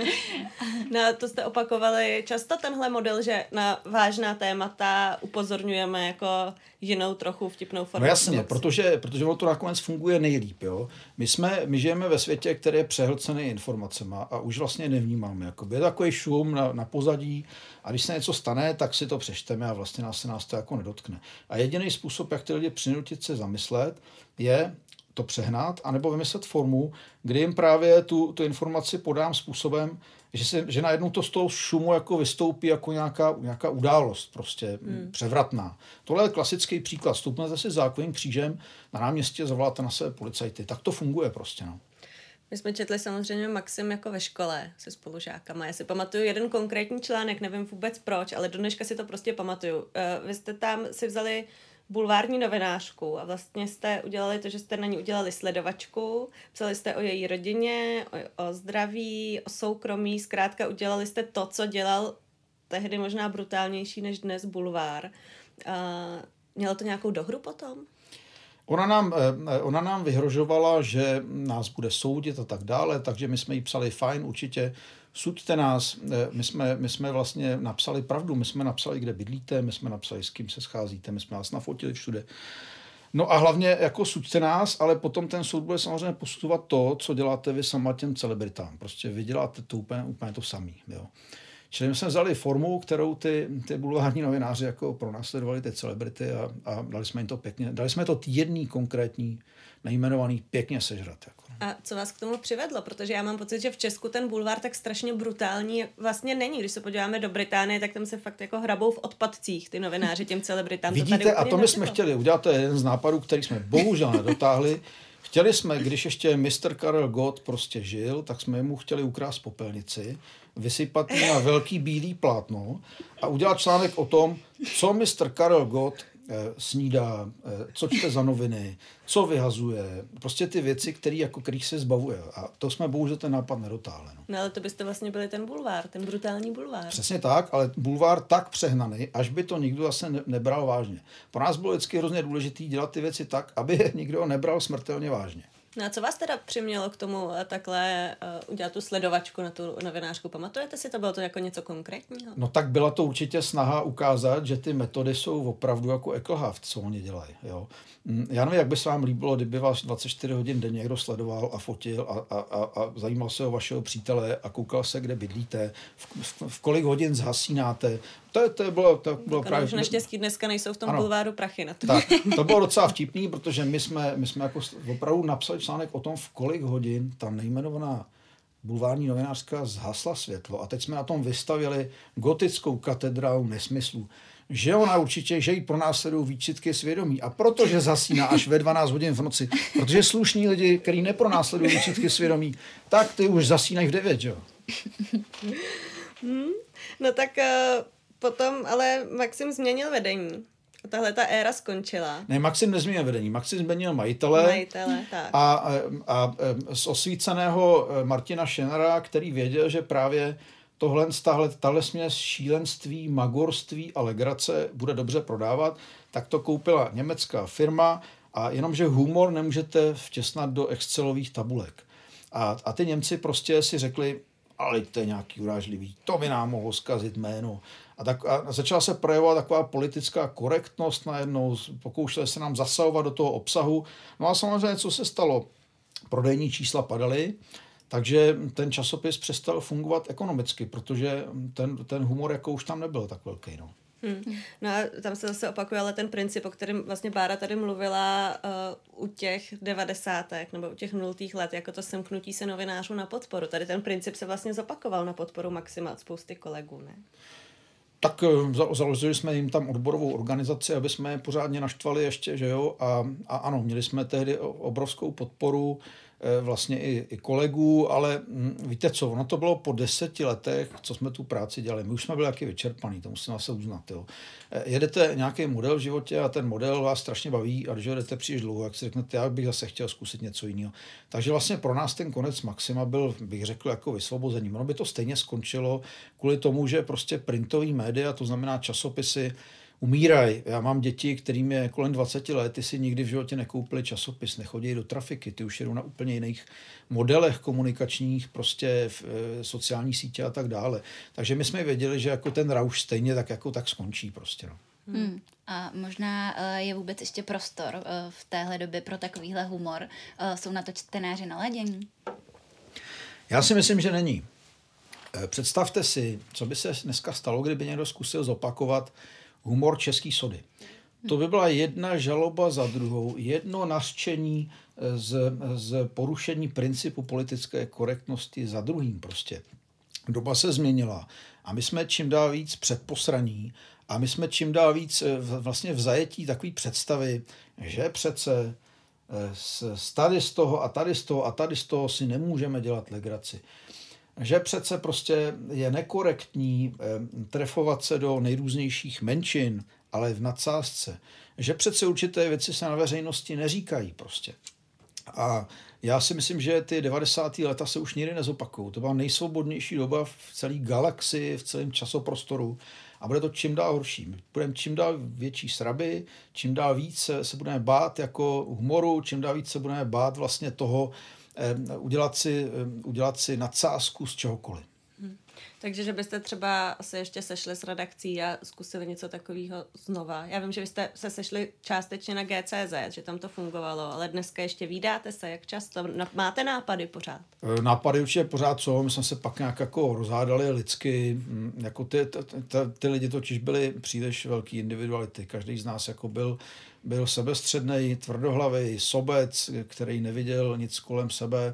No, to jste opakovali často tenhle model, že na vážná témata upozorňujeme jako jinou trochu vtipnou formou. No jasně, protože, protože ono to nakonec funguje nejlíp. Jo? My, jsme, my žijeme ve světě, který je přehlcený informacemi a už vlastně nevnímáme. Jakoby. Je takový šum na, na pozadí a když se něco stane, tak si to přečteme a vlastně nás se nás to jako nedotkne. A jediný způsob, jak ty lidi přinutit se zamyslet, je to přehnat, anebo vymyslet formu, kdy jim právě tu, tu informaci podám způsobem, že, se, že najednou to z toho šumu jako vystoupí jako nějaká, nějaká událost prostě hmm. převratná. Tohle je klasický příklad. Stoupnete si zákovým křížem na náměstí a zavoláte na sebe policajty. Tak to funguje prostě. No. My jsme četli samozřejmě Maxim jako ve škole se spolužákama. Já si pamatuju jeden konkrétní článek, nevím vůbec proč, ale do dneška si to prostě pamatuju. Vy jste tam si vzali bulvární novinářku a vlastně jste udělali to, že jste na ní udělali sledovačku, psali jste o její rodině, o, o zdraví, o soukromí, zkrátka udělali jste to, co dělal tehdy možná brutálnější než dnes bulvár. Uh, mělo to nějakou dohru potom? Ona nám, ona nám vyhrožovala, že nás bude soudit a tak dále, takže my jsme jí psali fajn, určitě suďte nás, my jsme, my jsme vlastně napsali pravdu, my jsme napsali, kde bydlíte, my jsme napsali, s kým se scházíte, my jsme vás nafotili všude. No a hlavně jako suďte nás, ale potom ten soud bude samozřejmě posuzovat to, co děláte vy sama těm celebritám. Prostě vy děláte to úplně, úplně to samý. Jo. Čili my jsme vzali formu, kterou ty, ty bulvární novináři jako pronásledovali ty celebrity a, a dali jsme jim to pěkně, dali jsme to jedný konkrétní nejmenovaný pěkně sežrat. Jako. A co vás k tomu přivedlo? Protože já mám pocit, že v Česku ten bulvár tak strašně brutální vlastně není. Když se podíváme do Británie, tak tam se fakt jako hrabou v odpadcích ty novináři těm celebritám. Vidíte, to tady a to my jsme chtěli udělat, to je jeden z nápadů, který jsme bohužel nedotáhli. Chtěli jsme, když ještě mister Karel Gott prostě žil, tak jsme mu chtěli ukrást popelnici, vysypat ji na velký bílý plátno a udělat článek o tom, co mister Karel Gott eh, snídá, eh, co čte za noviny, co vyhazuje, prostě ty věci, který, jako, kterých se zbavuje. A to jsme bohužel ten nápad nedotáhli. No. no ale to byste vlastně byli ten bulvár, ten brutální bulvár. Přesně tak, ale bulvár tak přehnaný, až by to nikdo zase ne, nebral vážně. Pro nás bylo vždycky hrozně důležité dělat ty věci tak, aby nikdo nebral smrtelně vážně. No a co vás teda přimělo k tomu takhle uh, udělat tu sledovačku na tu novinářku? Pamatujete si to? Bylo to jako něco konkrétního? No tak byla to určitě snaha ukázat, že ty metody jsou opravdu jako ekelhaft, co oni dělají. Jo? Já nevím, jak by se vám líbilo, kdyby vás dvacet čtyři hodin denně někdo sledoval a fotil a, a, a, a zajímal se o vašeho přítele a koukal se, kde bydlíte, v, v, v kolik hodin zhasínáte. To, to bylo, to bylo tak právě... Už naštěstí dneska nejsou v tom ano. bulváru prachy na to. Tak, to bylo docela vtipný, protože my jsme, my jsme jako opravdu napsali článek o tom, v kolik hodin ta nejmenovaná bulvární novinářka zhasla světlo a teď jsme na tom vystavili gotickou katedrálu nesmyslů. Že ona určitě, že jí pronásledují výčitky svědomí a protože zasíná až ve dvanáct hodin v noci, protože slušní lidi, kteří nepronásledují výčitky svědomí, tak ty už zasínají v devět, jo? Hmm, no tak uh, potom, ale Maxim změnil vedení. Tahle ta éra skončila. Ne, Maxim nezměnil vedení. Maxim změnil majitele, majitele tak. A, a, a z osvíceného Martina Schennera, který věděl, že právě tohle, tahle, tahle směs šílenství, magorství a legrace bude dobře prodávat, tak to koupila německá firma a jenomže humor nemůžete vtěsnat do Excelových tabulek. A, a ty Němci prostě si řekli, ale to je nějaký urážlivý, to by nám mohlo zkazit jméno. A, tak, a začala se projevovat taková politická korektnost najednou, pokoušeli se nám zasahovat do toho obsahu. No a samozřejmě, co se stalo? Prodejní čísla padaly, takže ten časopis přestal fungovat ekonomicky, protože ten, ten humor jako už tam nebyl tak velký. No. Hmm. No a tam se zase opakuje ale ten princip, o kterém vlastně Bára tady mluvila uh, u těch devadesátek nebo u těch nultých let, jako to semknutí se novinářů na podporu. Tady ten princip se vlastně zopakoval na podporu Maxima od spousty kolegů, ne? Tak založili jsme jim tam odborovou organizaci, aby jsme je pořádně naštvali ještě, že jo, a, a ano, měli jsme tehdy obrovskou podporu, vlastně i, i kolegů, ale víte co, ono to bylo po deseti letech, co jsme tu práci dělali. My už jsme byli taky vyčerpaný, to musím se uznat. Jo. Jedete nějaký model v životě a ten model vás strašně baví a když jedete příliš dlouho, jak si řeknete, já bych zase chtěl zkusit něco jiného. Takže vlastně pro nás ten konec Maxima byl, bych řekl, jako vysvobození. Ono by to stejně skončilo kvůli tomu, že prostě printový média, to znamená časopisy, umírají. Já mám děti, kterým je kolem dvacet let, ty si nikdy v životě nekoupili časopis, nechodí do trafiky, ty už jedou na úplně jiných modelech komunikačních, prostě v e, sociální sítě a tak dále. Takže my jsme věděli, že jako ten rauš stejně tak jako tak skončí prostě. No. Hmm. A možná uh, je vůbec ještě prostor uh, v téhle době pro takovýhle humor. Uh, jsou na to čtenáři naladění? Já si myslím, že není. E, představte si, co by se dneska stalo, kdyby někdo zkusil zopakovat humor český Sody. To by byla jedna žaloba za druhou, jedno nařčení z, z porušení principu politické korektnosti za druhým prostě. Doba se změnila a my jsme čím dál víc předposraní a my jsme čím dál víc vlastně v zajetí takové představy, že přece z tady z toho a tady z toho a tady z toho si nemůžeme dělat legraci. Že přece prostě je nekorektní eh, trefovat se do nejrůznějších menšin, ale v nadsázce. Že přece určité věci se na veřejnosti neříkají prostě. A já si myslím, že ty devadesátá léta se už nikdy nezopakují. To byla nejsvobodnější doba v celé galaxii, v celém časoprostoru a bude to čím dál horší. Budeme čím dál větší sraby, čím dál víc se, se budeme bát jako humoru, čím dál víc se budeme bát vlastně toho, Udělat si, udělat si nadsázku z čehokoliv. Hmm. Takže, že byste třeba se ještě sešli s redakcí a zkusili něco takového znova. Já vím, že vy jste se sešli částečně na G C Z, že tam to fungovalo, ale dneska ještě vídáte se, jak často? Máte nápady pořád? Nápady určitě pořád jsou, my jsme se pak nějak jako rozhádali lidsky, jako ty, ty, ty, ty lidi totiž byli příliš velký individuality, každý z nás jako byl byl sebestřednej, tvrdohlavý, sobec, který neviděl nic kolem sebe.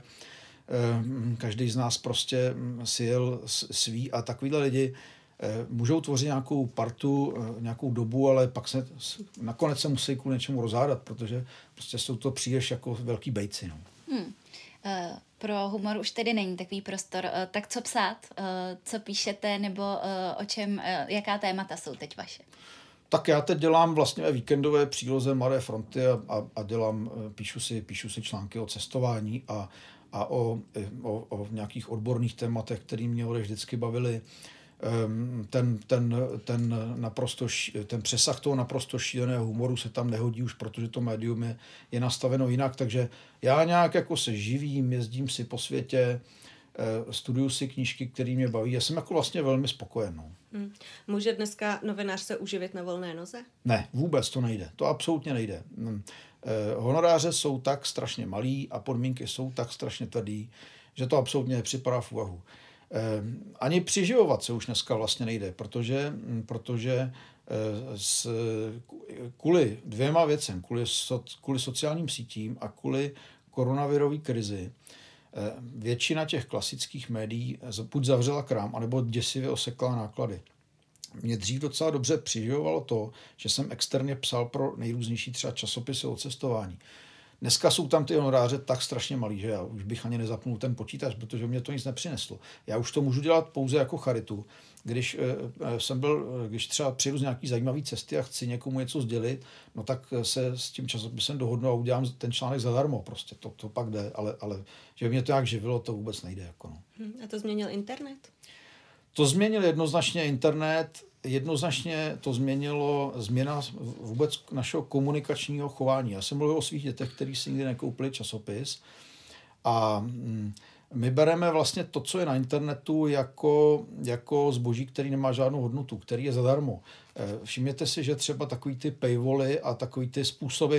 Každý z nás prostě si jel svý a takovýhle lidi můžou tvořit nějakou partu, nějakou dobu, ale pak se nakonec se musí kvůli něčemu rozhádat, protože prostě jsou to příliš jako velký bejci. No. Hmm. Uh, pro humor už tedy není takový prostor. Uh, tak co psát? Uh, co píšete nebo uh, o čem, uh, jaká témata jsou teď vaše? Tak já teď dělám vlastně víkendové příloze Mladé fronty a, a, a dělám, píšu si, píšu si články o cestování a, a o, o, o nějakých odborných tématech, které mě vždycky bavily. Ten, ten, ten, naprosto, ten přesah toho naprosto šíleného humoru se tam nehodí už, protože to médium je, je nastaveno jinak, takže já nějak jako se živím, jezdím si po světě, studuju si knížky, které mě baví. Já jsem jako vlastně velmi spokojen. No. Hmm. Může dneska novinář se uživit na volné noze? Ne, vůbec to nejde. To absolutně nejde. Hmm. Eh, honoráře jsou tak strašně malý a podmínky jsou tak strašně tvrdý, že to absolutně nepřipadá v úvahu. Eh, ani přiživovat se už dneska vlastně nejde, protože, protože eh, s, kvůli dvěma věcem, kvůli, so, kvůli sociálním sítím a kvůli koronavirové krizi, většina těch klasických médií buď zavřela krám, anebo děsivě osekla náklady. Mě dřív docela dobře přiživovalo to, že jsem externě psal pro nejrůznější třeba časopisy o cestování. Dneska jsou tam ty honoráře tak strašně malý, že já už bych ani nezapnul ten počítač, protože mě to nic nepřineslo. Já už to můžu dělat pouze jako charitu. Když e, jsem byl, když třeba přijedu z nějaký zajímavý cesty a chci někomu něco sdělit, no tak se s tím časopisem dohodnu a udělám ten článek zadarmo. Prostě to, to pak jde, ale, ale že by mě to nějak živilo, to vůbec nejde. Jako no. A to změnil internet? To změnil jednoznačně internet, jednoznačně to změnilo změna vůbec našeho komunikačního chování. Já jsem mluvil o svých dětech, kteří si nikdy nekoupili časopis a my bereme vlastně to, co je na internetu, jako, jako zboží, který nemá žádnou hodnotu, který je zadarmo. Všimněte si, že třeba takový ty paywally a takový ty způsoby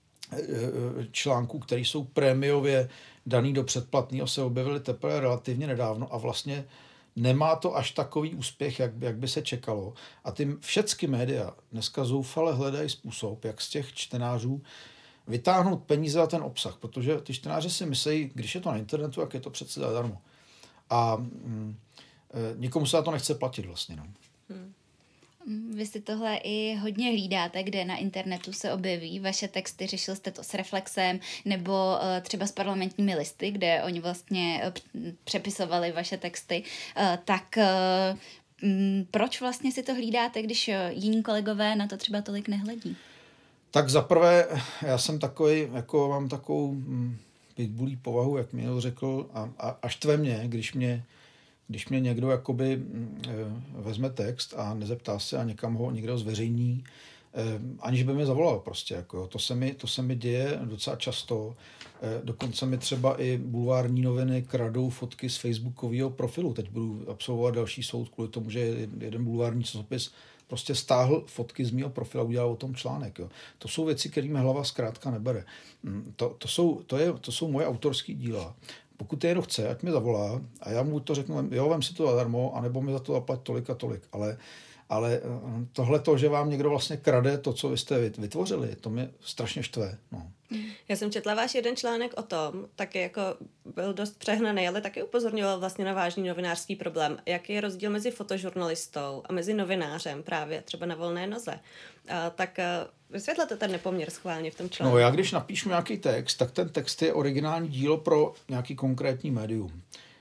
článků, které jsou prémiově daný do předplatného, se objevily teprve relativně nedávno a vlastně nemá to až takový úspěch, jak, jak by se čekalo. A ty všechny média dneska zoufale hledají způsob, jak z těch čtenářů vytáhnout peníze za ten obsah, protože ty čtenáři si myslí, když je to na internetu, jak je to přece zadarmo. A mm, e, nikomu se za to nechce platit vlastně. No. Hmm. Vy si tohle i hodně hlídáte, kde na internetu se objeví vaše texty, řešil jste to s Reflexem nebo uh, třeba s Parlamentními listy, kde oni vlastně uh, přepisovali vaše texty, uh, tak uh, m, proč vlastně si to hlídáte, když uh, jiní kolegové na to třeba tolik nehledí? Tak zaprvé, já jsem takový, jako mám takovou hm, pitbullí povahu, jak mi řekl, a, a, a štve mě, když mě Když mě někdo jakoby e, vezme text a nezeptá se a někam ho někdo zveřejní, e, aniž by mi zavolal prostě. Jako, to, se mi, to se mi děje docela často. E, dokonce mi třeba i bulvární noviny kradou fotky z facebookového profilu. Teď budu absolvovat další soud kvůli tomu, že jeden bulvární časopis prostě stáhl fotky z mého profilu a udělal o tom článek. Jo. To jsou věci, kterými hlava zkrátka nebere. To, to, jsou, to, je, to jsou moje autorské díla. Pokud je někdo chce, ať mi zavolá a já mu to řeknu, jo, vem si to zadarmo, anebo mi za to zaplať tolik a tolik. Ale, ale tohle to, že vám někdo vlastně krade to, co vy jste vytvořili, to mě strašně štve. No. Já jsem četla váš jeden článek o tom, taky jako byl dost přehnaný, ale taky upozorňoval vlastně na vážný novinářský problém. Jaký je rozdíl mezi fotožurnalistou a mezi novinářem právě třeba na volné noze? A, tak vysvětlete ten nepoměr schválně v tom článku. No já když napíšu nějaký text, tak ten text je originální dílo pro nějaký konkrétní médium.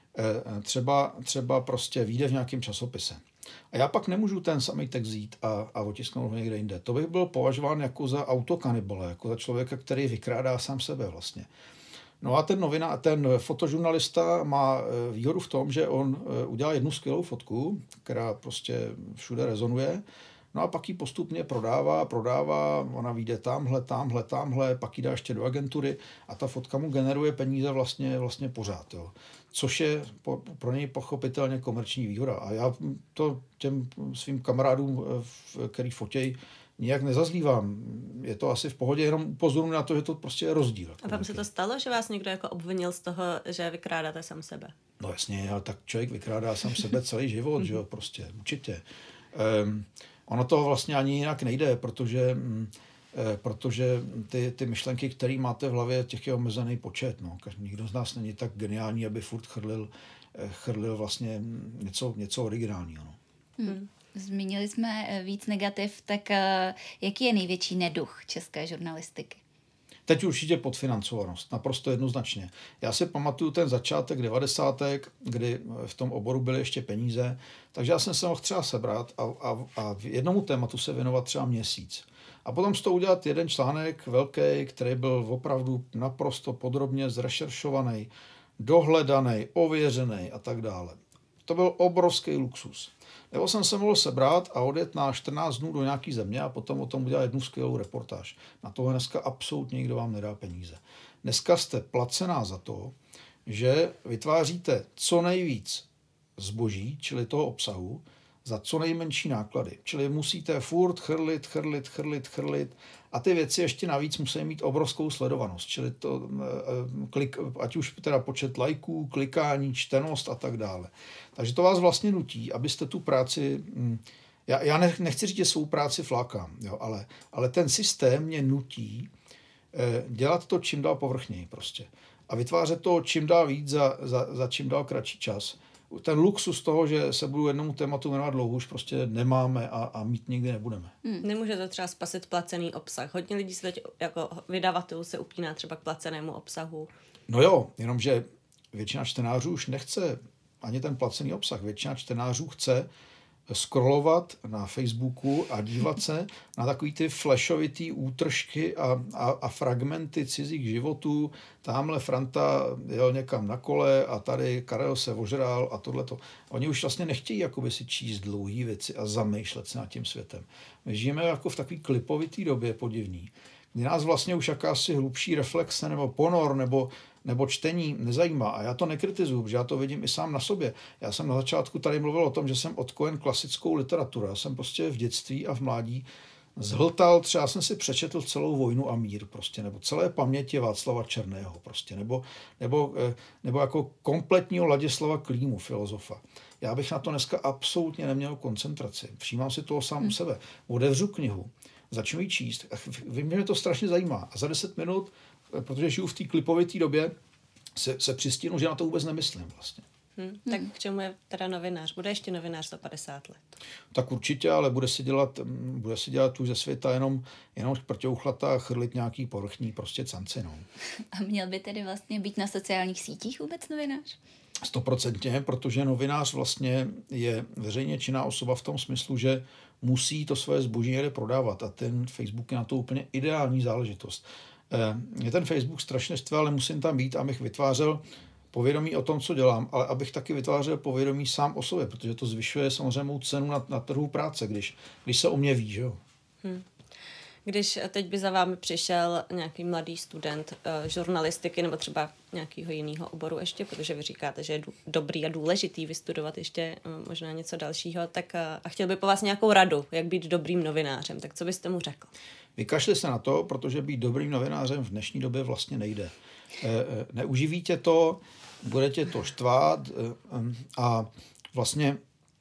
E, třeba, třeba prostě vyjde v nějakém časopise. A já pak nemůžu ten samý text vzít a, a otisknout ho někde jinde. To bych byl považován jako za autokanibale, jako za člověka, který vykrádá sám sebe vlastně. No a ten novina, ten fotožurnalista má výhodu v tom, že on udělá jednu skvělou fotku, která prostě všude rezonuje, no a pak ji postupně prodává, prodává, ona vyjde tamhle, tamhle, tamhle, pak ji dá ještě do agentury a ta fotka mu generuje peníze vlastně, vlastně pořád, jo. Což je pro něj pochopitelně komerční výhoda. A já to těm svým kamarádům, který fotěj, nijak nezazlívám. Je to asi v pohodě, jenom upozorňuji na to, že to prostě je rozdíl. A vám se to stalo, že vás někdo jako obvinil z toho, že vykrádáte sám sebe? No jasně, ale tak člověk vykrádá sám sebe celý život, že jo, prostě, určitě. Um, ono to vlastně ani jinak nejde, protože, um, protože ty, ty myšlenky, které máte v hlavě, těch je omezený počet. No. Nikdo z nás není tak geniální, aby furt chrlil, chrlil vlastně něco, něco originálního. No. Hmm. Zmínili jsme víc negativ, tak jaký je největší neduch české žurnalistiky? Teď určitě podfinancovanost, naprosto jednoznačně. Já si pamatuju ten začátek devadesátek, kdy v tom oboru byly ještě peníze, takže já jsem se mohl třeba sebrat a, a, a jednomu tématu se věnovat třeba měsíc. A potom z toho udělat jeden článek velký, který byl opravdu naprosto podrobně zrešeršovaný, dohledaný, ověřený a tak dále. To byl obrovský luxus. Nebo jsem se mohl sebrat a odjet na čtrnáct dnů do nějaký země a potom o tom udělat jednu skvělou reportáž. Na toho dneska absolutně nikdo vám nedá peníze. Dneska jste placená za to, že vytváříte co nejvíc zboží, čili toho obsahu, za co nejmenší náklady. Čili musíte furt chrlit, chrlit, chrlit, chrlit a ty věci ještě navíc musí mít obrovskou sledovanost. Čili to, klik, ať už teda počet lajků, klikání, čtenost a tak dále. Takže to vás vlastně nutí, abyste tu práci... Já, já nechci říct, že svou práci flákám, jo, ale, ale ten systém mě nutí dělat to čím dál povrchněji prostě. A vytvářet to čím dál víc za, za, za čím dál kratší čas. Ten luxus toho, že se budu jednomu tématu věnovat dlouho, už prostě nemáme a, a mít nikdy nebudeme. Hmm. Nemůže to třeba spasit placený obsah. Hodně lidí se teď jako vydavatelů se upíná třeba k placenému obsahu. No jo, jenomže většina čtenářů už nechce ani ten placený obsah. Většina čtenářů chce scrollovat na Facebooku a dívat se na takový ty flashovitý útržky a, a, a fragmenty cizích životů. Tamhle Franta jel někam na kole a tady Karel se ožral a tohleto. Oni už vlastně nechtějí jakoby si číst dlouhý věci a zamýšlet se nad tím světem. My žijeme jako v takový klipovitý době podivný, kdy nás vlastně už jakási hlubší reflexe nebo ponor nebo nebo čtení nezajímá. A já to nekritizuju, protože já to vidím i sám na sobě. Já jsem na začátku tady mluvil o tom, že jsem odkojen klasickou literaturu. Já jsem prostě v dětství a v mládí zhltal, třeba jsem si přečetl celou Vojnu a mír, prostě, nebo celé paměti Václava Černého, prostě, nebo, nebo, nebo jako kompletního Ladislava Klímu, filozofa. Já bych na to dneska absolutně neměl koncentraci. Všímám si toho sám u sebe. Otevřu knihu, začnu ji číst. Vím, že mě to strašně zajímá. A za deset minut, protože žiju v té klipovité době, se, se přistínu, že na to vůbec nemyslím vlastně. Hmm. Tak k čemu je teda novinář? Bude ještě novinář za padesát let? Tak určitě, ale bude si dělat, bude si dělat tu ze světa jenom, jenom prťouchlata a chrlit nějaký povrchní prostě canci. No. A měl by tedy vlastně být na sociálních sítích vůbec novinář? Stoprocentně, protože novinář vlastně je veřejně činná osoba v tom smyslu, že musí to své zboží někde prodávat a ten Facebook je na to úplně ideální záležitost. Mě ten Facebook strašně štve, ale musím tam být, abych vytvářel povědomí o tom, co dělám, ale abych taky vytvářel povědomí sám o sobě, protože to zvyšuje samozřejmě mou cenu na, na trhu práce, když, když se o mě ví, že jo. Hmm. Když teď by za vámi přišel nějaký mladý student uh, žurnalistiky nebo třeba nějakého jiného oboru ještě, protože vy říkáte, že je dů, dobrý a důležitý vystudovat ještě uh, možná něco dalšího, tak uh, a chtěl by po vás nějakou radu, jak být dobrým novinářem, tak co byste mu řekl? Vykašli se na to, protože být dobrým novinářem v dnešní době vlastně nejde. E, e, neuživí tě to, bude tě to štvát e, a vlastně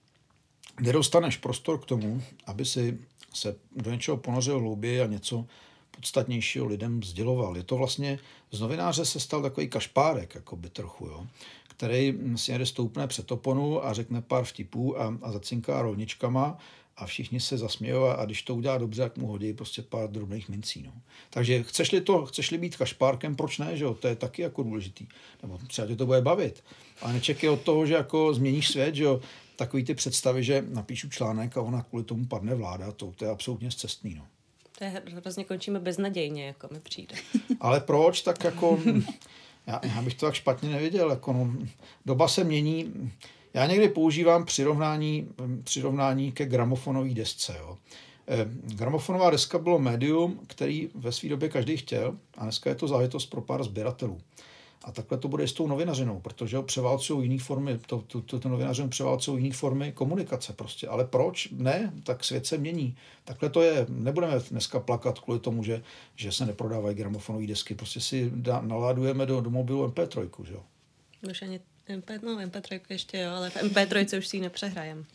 nedostaneš prostor k tomu, aby si se do něčeho ponořil hlouběji a něco podstatnějšího lidem sděloval. Je to vlastně, z novináře se stal takový kašpárek, jakoby trochu, jo, který si jede stoupne před oponu a řekne pár vtipů a, a zacinká rovničkama a všichni se zasmějou a, a když to udělá dobře, jak mu hodí prostě pár drobných mincí. No. Takže chceš-li, to, chceš-li být kašpárkem, proč ne, že jo? To je taky jako důležitý. Nebo třeba tě to bude bavit. Ale nečekej od toho, že jako změníš svět, že jo? Takový ty představy, že napíšu článek a ona kvůli tomu padne vláda, to, to je absolutně scestný. No. To je hrozně končíme beznadějně, jako mi přijde. Ale proč? Tak jako, já, já bych to tak špatně neviděl. Jako no, doba se mění. Já někdy používám přirovnání, přirovnání ke gramofonové desce. Jo. E, gramofonová deska bylo médium, který ve své době každý chtěl a dneska je to záležitost pro pár sběratelů. A takhle to bude i s tou novinařinou, protože ho převálcují jiné formy, to, to, to, to novinařinu převálcují jiné formy komunikace prostě. Ale proč? Ne, tak svět se mění. Takhle to je. Nebudeme dneska plakat kvůli tomu, že, že se neprodávají gramofonové desky. Prostě si da, naládujeme do, do mobilu em pé tři, že jo. Už ani em pé, no em pé tři ještě jo, ale v em pé tři už si ji nepřehrajem.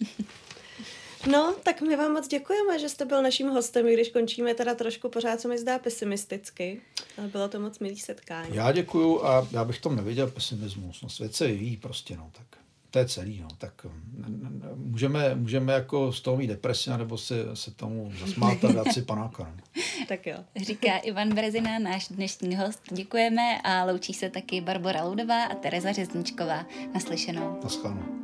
No, tak my vám moc děkujeme, že jste byl naším hostem, i když končíme teda trošku pořád, co mi zdá pesimisticky, ale bylo to moc milý setkání. Já děkuju a já bych tom neviděl pesimismus. No, svět se vyvíjí prostě, no, tak to je celý, no, tak můžeme, můžeme jako z toho mít depresi, nebo se, se tomu zasmát a dát si panáka. No. Tak jo. Říká Ivan Brezina, náš dnešní host. Děkujeme a loučí se taky Barbora Loudová a Tereza Řezničková. Naslyšenou. Naschledanou.